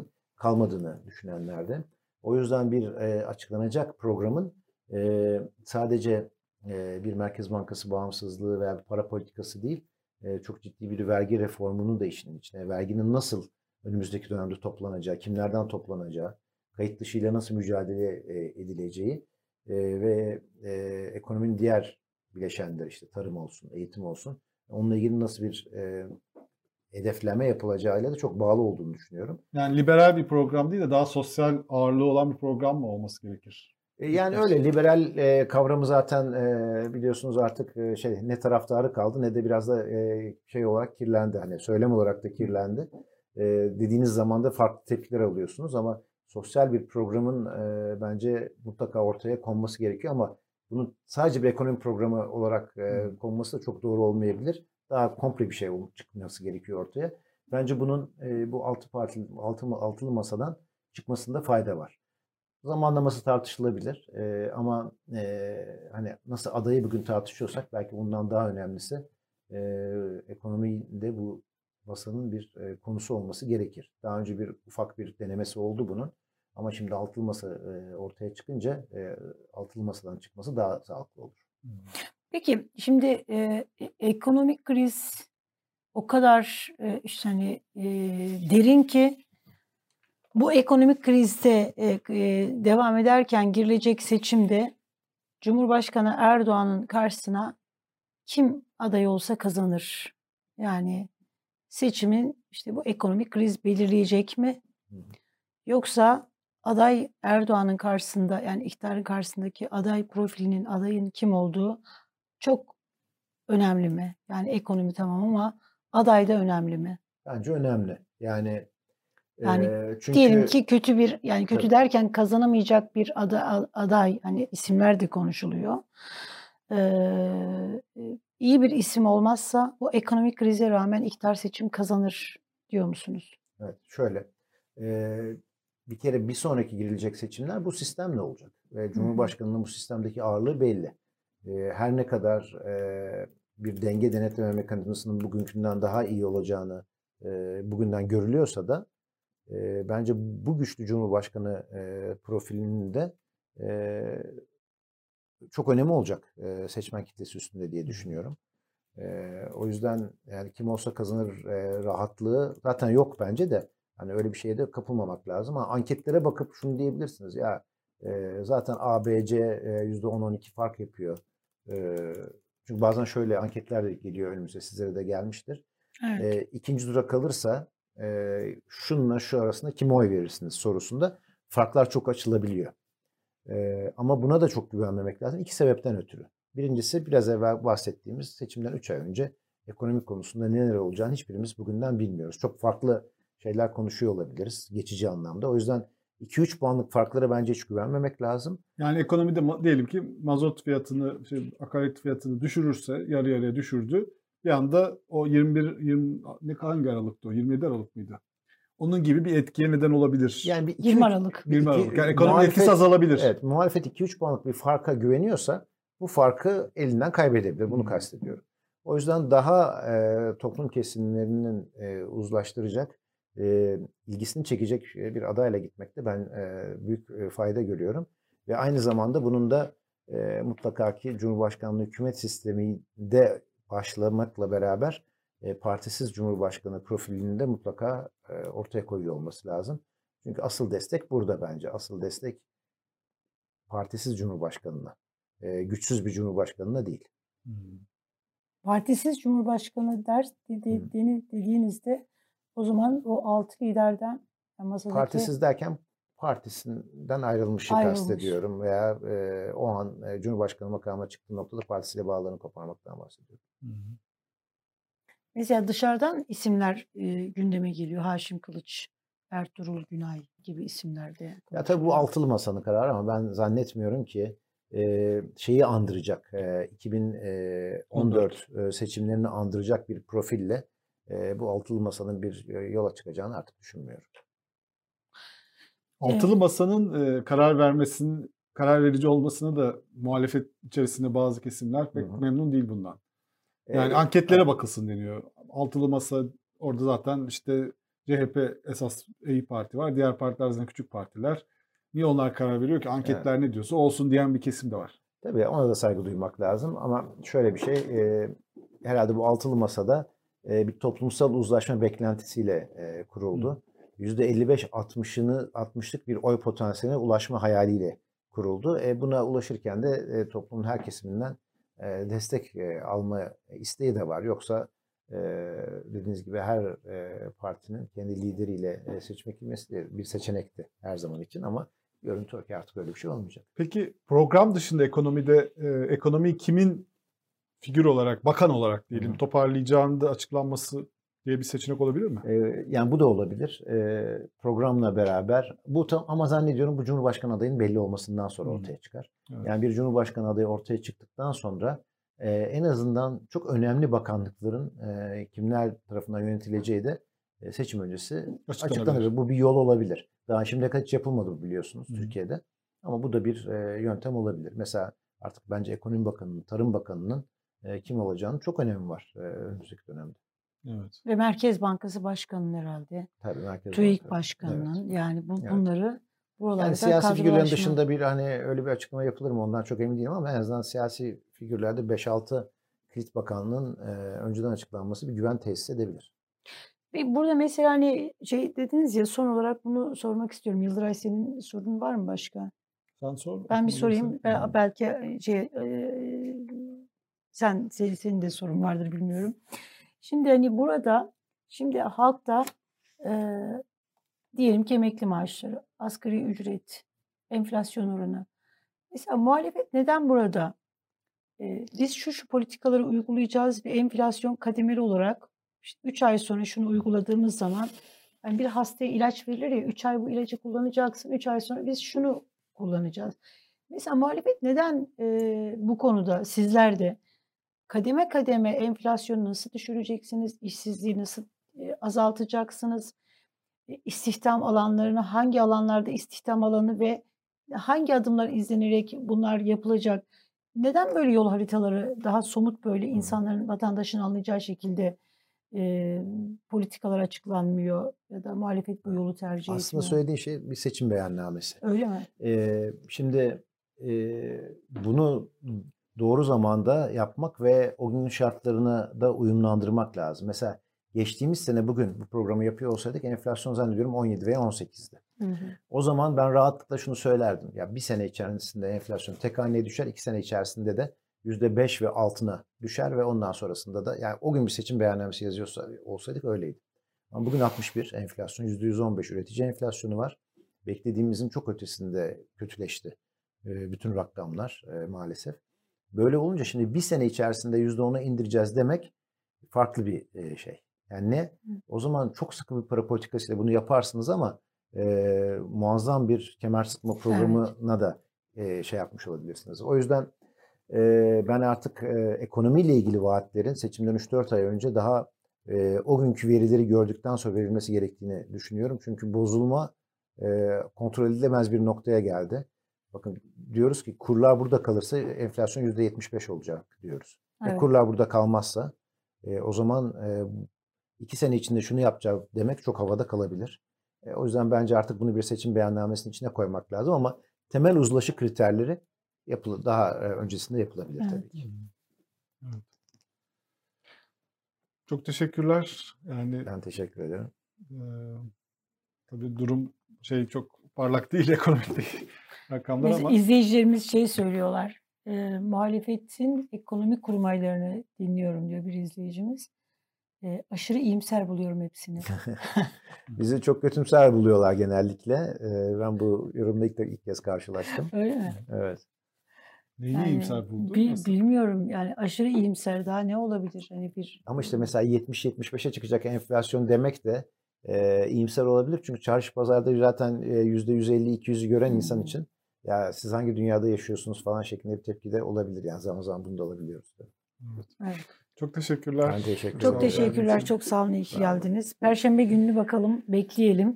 kalmadığını düşünenlerden. O yüzden bir açıklanacak programın sadece bir Merkez Bankası bağımsızlığı veya bir para politikası değil, çok ciddi bir vergi reformunun da işinin içine, verginin nasıl önümüzdeki dönemde toplanacağı, kimlerden toplanacağı, kayıt dışıyla nasıl mücadele edileceği ve ekonominin diğer bileşenleri, işte tarım olsun, eğitim olsun, onunla ilgili nasıl bir hedefleme yapılacağıyla da çok bağlı olduğunu düşünüyorum. Yani liberal bir program değil de daha sosyal ağırlığı olan bir program mı olması gerekir? Yani öyle liberal kavramı zaten biliyorsunuz artık ne taraftarı kaldı ne de biraz da şey olarak kirlendi. Hani söylem olarak da kirlendi. Dediğiniz zaman da farklı tepkiler alıyorsunuz ama sosyal bir programın bence mutlaka ortaya konması gerekiyor ama bunun sadece bir ekonomi programı olarak konması da çok doğru olmayabilir. Daha komple bir şey çıkması gerekiyor ortaya. Bence bunun bu altılı masadan çıkmasında fayda var. Zamanlaması tartışılabilir ama hani nasıl adayı bugün tartışıyorsak belki bundan daha önemlisi ekonomide bu masanın bir konusu olması gerekir. Daha önce bir ufak bir denemesi oldu bunun ama şimdi altılı masa ortaya çıkınca altılı masadan çıkması daha sağlıklı olur. Peki şimdi ekonomik kriz o kadar işte hani derin ki bu ekonomik krizde devam ederken girilecek seçimde Cumhurbaşkanı Erdoğan'ın karşısına kim aday olsa kazanır. Yani seçimin işte bu ekonomik kriz belirleyecek mi? Yoksa aday Erdoğan'ın karşısında yani iktidarın karşısındaki aday profilinin adayın kim olduğu çok önemli mi? Yani ekonomi tamam ama aday da önemli mi? Bence önemli. Yani çünkü diyelim ki kötü bir yani kötü tabii. derken kazanamayacak bir aday hani isimler de konuşuluyor. İyi bir isim olmazsa bu ekonomik krize rağmen iktidar seçim kazanır diyor musunuz? Evet, şöyle. Bir kere bir sonraki girilecek seçimler bu sistemle olacak. Ve Cumhurbaşkanı'nın bu sistemdeki ağırlığı belli. Her ne kadar bir denge denetleme mekanizmasının bugünkünden daha iyi olacağını bugünden görülüyorsa da bence bu güçlü Cumhurbaşkanı profilinin de çok önemi olacak seçmen kitlesi üstünde diye düşünüyorum. O yüzden yani kim olsa kazanır rahatlığı zaten yok bence de. Hani öyle bir şeye de kapılmamak lazım. Ama anketlere bakıp şunu diyebilirsiniz. Ya zaten ABC %10-12 fark yapıyor. Çünkü bazen şöyle anketler de geliyor önümüze. Sizlere de gelmiştir. Evet. İkinci tura kalırsa şununla şu arasında kime oy verirsiniz sorusunda farklar çok açılabiliyor. Ama buna da çok güvenmemek lazım. İki sebepten ötürü. Birincisi biraz evvel bahsettiğimiz seçimden 3 ay önce ekonomik konusunda neler olacağını hiçbirimiz bugünden bilmiyoruz. Çok farklı şeyler konuşuyor olabiliriz geçici anlamda. O yüzden 2-3 puanlık farklara bence hiç güvenmemek lazım. Yani ekonomide diyelim ki mazot fiyatını, akaryakıt fiyatını düşürürse, yarı yarıya düşürdü. Bir anda o 20 hangi aralıktı o? 27 Aralık mıydı? Onun gibi bir etkiye neden olabilir. Yani bir 20 Aralık. 20 Aralık. Yani ekonomi etkisi azalabilir. Evet, muhalefet 2-3 puanlık bir farka güveniyorsa bu farkı elinden kaybedebilir. Bunu kastediyorum. O yüzden daha toplum kesimlerinin uzlaştıracak, ilgisini çekecek bir adayla gitmekte ben büyük fayda görüyorum. Ve aynı zamanda bunun da mutlaka ki Cumhurbaşkanlığı hükümet sisteminde başlamakla beraber partisiz Cumhurbaşkanı profilini de mutlaka ortaya koyuyor olması lazım. Çünkü asıl destek burada bence. Asıl destek partisiz Cumhurbaşkanı'na, güçsüz bir Cumhurbaşkanı'na değil. Partisiz Cumhurbaşkanı dediğinizde o zaman o 6 liderden masadaki Partisiz derken partisinden ayrılmışı kastediyorum veya o an Cumhurbaşkanı makamına çıktığı noktada partisiyle bağlarını koparmaktan bahsediyorum. Mesela dışarıdan isimler gündeme geliyor. Haşim Kılıç, Ertuğrul Günay gibi isimler de. Ya tabii bu altılı masanın kararı ama ben zannetmiyorum ki şeyi andıracak, 2014 seçimlerini andıracak bir profille bu altılı masanın bir yola çıkacağını artık düşünmüyorum. Altılı masanın karar verici olmasına da muhalefet içerisinde bazı kesimler pek memnun değil bundan. Yani anketlere bakılsın deniyor. Altılı masa orada zaten işte CHP esas İYİ Parti var. Diğer partiler zaten küçük partiler. Niye onlar karar veriyor ki? Anketler ne diyorsa olsun diyen bir kesim de var. Tabii ona da saygı duymak lazım ama şöyle bir şey, herhalde bu altılı masada bir toplumsal uzlaşma beklentisiyle kuruldu. %55-60'lık bir oy potansiyeline ulaşma hayaliyle kuruldu. Buna ulaşırken de toplumun her kesiminden destek alma isteği de var. Yoksa dediğiniz gibi her partinin kendi lideriyle seçime girmesi de bir seçenekti her zaman için ama görüntü o ki artık öyle bir şey olmayacak. Peki program dışında ekonomide ekonomiyi kimin figür olarak, bakan olarak diyelim toparlayacağını da açıklanması diye bir seçenek olabilir mi? Yani bu da olabilir. Programla beraber. Ama zannediyorum bu Cumhurbaşkanı adayının belli olmasından sonra ortaya çıkar. Evet. Yani bir Cumhurbaşkanı adayı ortaya çıktıktan sonra en azından çok önemli bakanlıkların kimler tarafından yönetileceği de seçim öncesi açıklanır. Bu bir yol olabilir. Daha şimdiye kadar hiç yapılmadı bu biliyorsunuz Türkiye'de. Ama bu da bir yöntem olabilir. Mesela artık bence Ekonomi Bakanı'nın, Tarım Bakanı'nın kim olacağının çok önemi var önümüzdeki dönemde. Evet. Ve Merkez Bankası Başkanı'nın herhalde. Tabii TÜİK Başkanı'nın. Evet. Yani bunları buralarda yani siyasi figürlerin dışında bir öyle bir açıklama yapılır mı ondan çok emin değilim ama en azından siyasi figürlerde 5-6 kilit bakanlığın önceden açıklanması bir güven tesis edebilir. Burada mesela hani dediniz ya son olarak bunu sormak istiyorum. Yıldıray senin sorun var mı başka? Sen sor. Ben bir sorayım. Belki senin de sorun vardır bilmiyorum. Şimdi hani burada halkta diyelim ki emekli maaşları, asgari ücret, enflasyon oranı. Mesela muhalefet neden burada? Biz şu politikaları uygulayacağız ve enflasyon kademeli olarak işte 3 ay sonra şunu uyguladığımız zaman yani bir hastaya ilaç verilir ya 3 ay bu ilacı kullanacaksın, 3 ay sonra biz şunu kullanacağız. Mesela muhalefet neden bu konuda sizler de kademe kademe enflasyonu nasıl düşüreceksiniz, işsizliği nasıl azaltacaksınız, istihdam alanlarını, hangi alanlarda istihdam alanı ve hangi adımlar izlenerek bunlar yapılacak? Neden böyle yol haritaları daha somut böyle insanların, vatandaşın anlayacağı şekilde politikalar açıklanmıyor ya da muhalefet bu yolu tercih etmiyor? Aslında söylediğin şey bir seçim beyannamesi. Öyle mi? Şimdi bunu doğru zamanda yapmak ve o günün şartlarını da uyumlandırmak lazım. Mesela geçtiğimiz sene bugün bu programı yapıyor olsaydık enflasyon zannediyorum 17 veya 18'di. O zaman ben rahatlıkla şunu söylerdim. Ya bir sene içerisinde enflasyon tek haneye düşer, 2 sene içerisinde de %5 ve altına düşer ve ondan sonrasında da yani o gün bir seçim beyannamesi yazıyor olsaydık öyleydi. Ama bugün 61 enflasyon, %115 üretici enflasyonu var. Beklediğimizin çok ötesinde kötüleşti bütün rakamlar maalesef. Böyle olunca şimdi bir sene içerisinde %10'a indireceğiz demek farklı bir şey. Yani ne? O zaman çok sıkı bir para politikasıyla bunu yaparsınız ama muazzam bir kemer sıkma programına da şey yapmış olabilirsiniz. O yüzden ben artık ekonomiyle ilgili vaatlerin seçimden 3-4 ay önce daha o günkü verileri gördükten sonra verilmesi gerektiğini düşünüyorum. Çünkü bozulma kontrol edilemez bir noktaya geldi. Bakın diyoruz ki kurlar burada kalırsa enflasyon %75 olacak diyoruz. Evet. Kurlar burada kalmazsa o zaman 2 sene içinde şunu yapacağız demek çok havada kalabilir. O yüzden bence artık bunu bir seçim beyannamesinin içine koymak lazım ama temel uzlaşı kriterleri daha öncesinde yapılabilir tabii ki. Evet. Çok teşekkürler. Yani ben teşekkür ederim. Tabii durum çok parlak değil ekonomik değil rakamlar mesela ama izleyicilerimiz söylüyorlar. Muhalefetin ekonomik kurmaylarını dinliyorum diyor bir izleyicimiz. Aşırı iyimser buluyorum hepsini. Bizi çok kötümser buluyorlar genellikle. Ben bu yorumla ilk kez karşılaştım. Öyle mi? Evet. Neyi iyimser buldun? Bilmiyorum yani aşırı iyimser daha ne olabilir? Ama işte mesela 70-75'e çıkacak enflasyon demek de iyimser olabilir. Çünkü çarşı pazarda zaten %150-200'ü gören insan için ya siz hangi dünyada yaşıyorsunuz falan şeklinde bir tepki de olabilir. Yani zaman zaman bunu da alabiliyoruz. Evet. Çok teşekkürler. Ben teşekkür ederim. Çok teşekkürler. Çok sağ olun. İyi ki geldiniz. Perşembe gününü bakalım. Bekleyelim.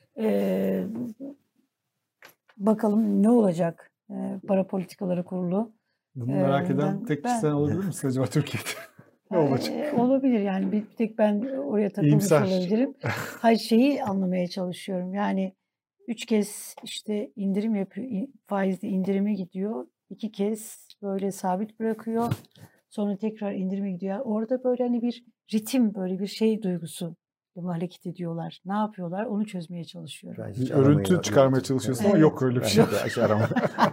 Bakalım ne olacak para politikaları kurulu. Bunu merak eden tek kişi sen olabilir misin acaba Türkiye'de? Ne olacak? Olabilir yani bir tek ben oraya takılmış İyimser. olabilirim. Hayır şeyi anlamaya çalışıyorum. Yani 3 kez işte indirim yapıyor, faizli indirime gidiyor. 2 kez böyle sabit bırakıyor. Sonra tekrar indirime gidiyor. Yani orada böyle hani bir ritim, böyle bir şey duygusu hareket ediyorlar. Ne yapıyorlar? Onu çözmeye çalışıyorum. Ben Bir hiç örüntü aramayı çıkarmaya çalışıyorsun ama Evet. yok öyle bir şey. Ben hiç arama.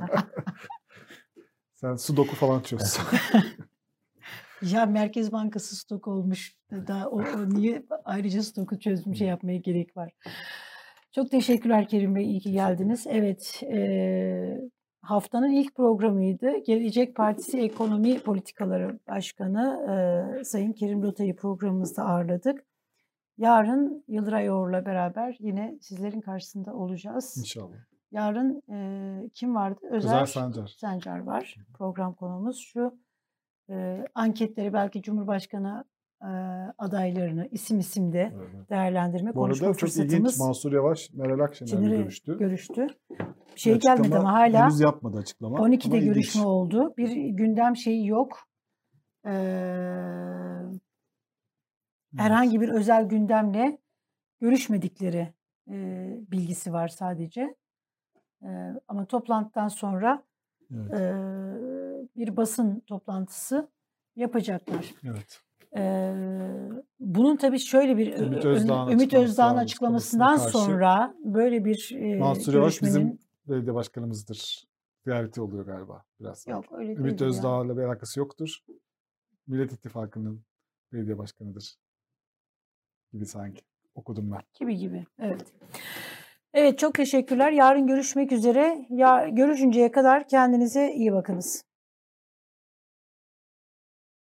Sen sudoku falan çözsün. Ya Merkez Bankası stok olmuş. Daha o niye ayrıca stoku çözüm şey yapmaya gerek var. Çok teşekkürler Kerim Bey. İyi ki geldiniz. Evet, haftanın ilk programıydı. Gelecek Partisi Ekonomi Politikaları Başkanı Sayın Kerim Rota'yı programımızda ağırladık. Yarın Yıldıray Oğur'la beraber yine sizlerin karşısında olacağız. İnşallah. Yarın kim vardı? Özer Sancar. Sancar var. Program konumuz şu. Anketleri belki Cumhurbaşkanı adaylarını isim de Evet. değerlendirme, Bu arada konuşma çok ilginç, fırsatımız Mansur Yavaş, Meral Akşener'le görüştü. Bir şey gelmedi ama hala henüz yapmadı açıklama. 12'de ama görüşme ilginç. oldu. Bir gündem şeyi yok. Herhangi bir özel gündemle görüşmedikleri bilgisi var sadece. Ama toplantıdan sonra Evet. bir basın toplantısı yapacaklar. Evet. Bunun tabii şöyle bir Ümit Özdağ'ın açıklamasından sonra böyle bir Mansur Yavaş görüşmenin bizim belediye başkanımızdır. Ziyareti oluyor galiba biraz. yok öyle değil. Ümit Özdağ'la bir alakası yoktur. Millet İttifakı'nın belediye başkanıdır gibi sanki. Okudum ben. Gibi. Evet. Evet çok teşekkürler. Yarın görüşmek üzere. Görüşünceye kadar kendinize iyi bakınız.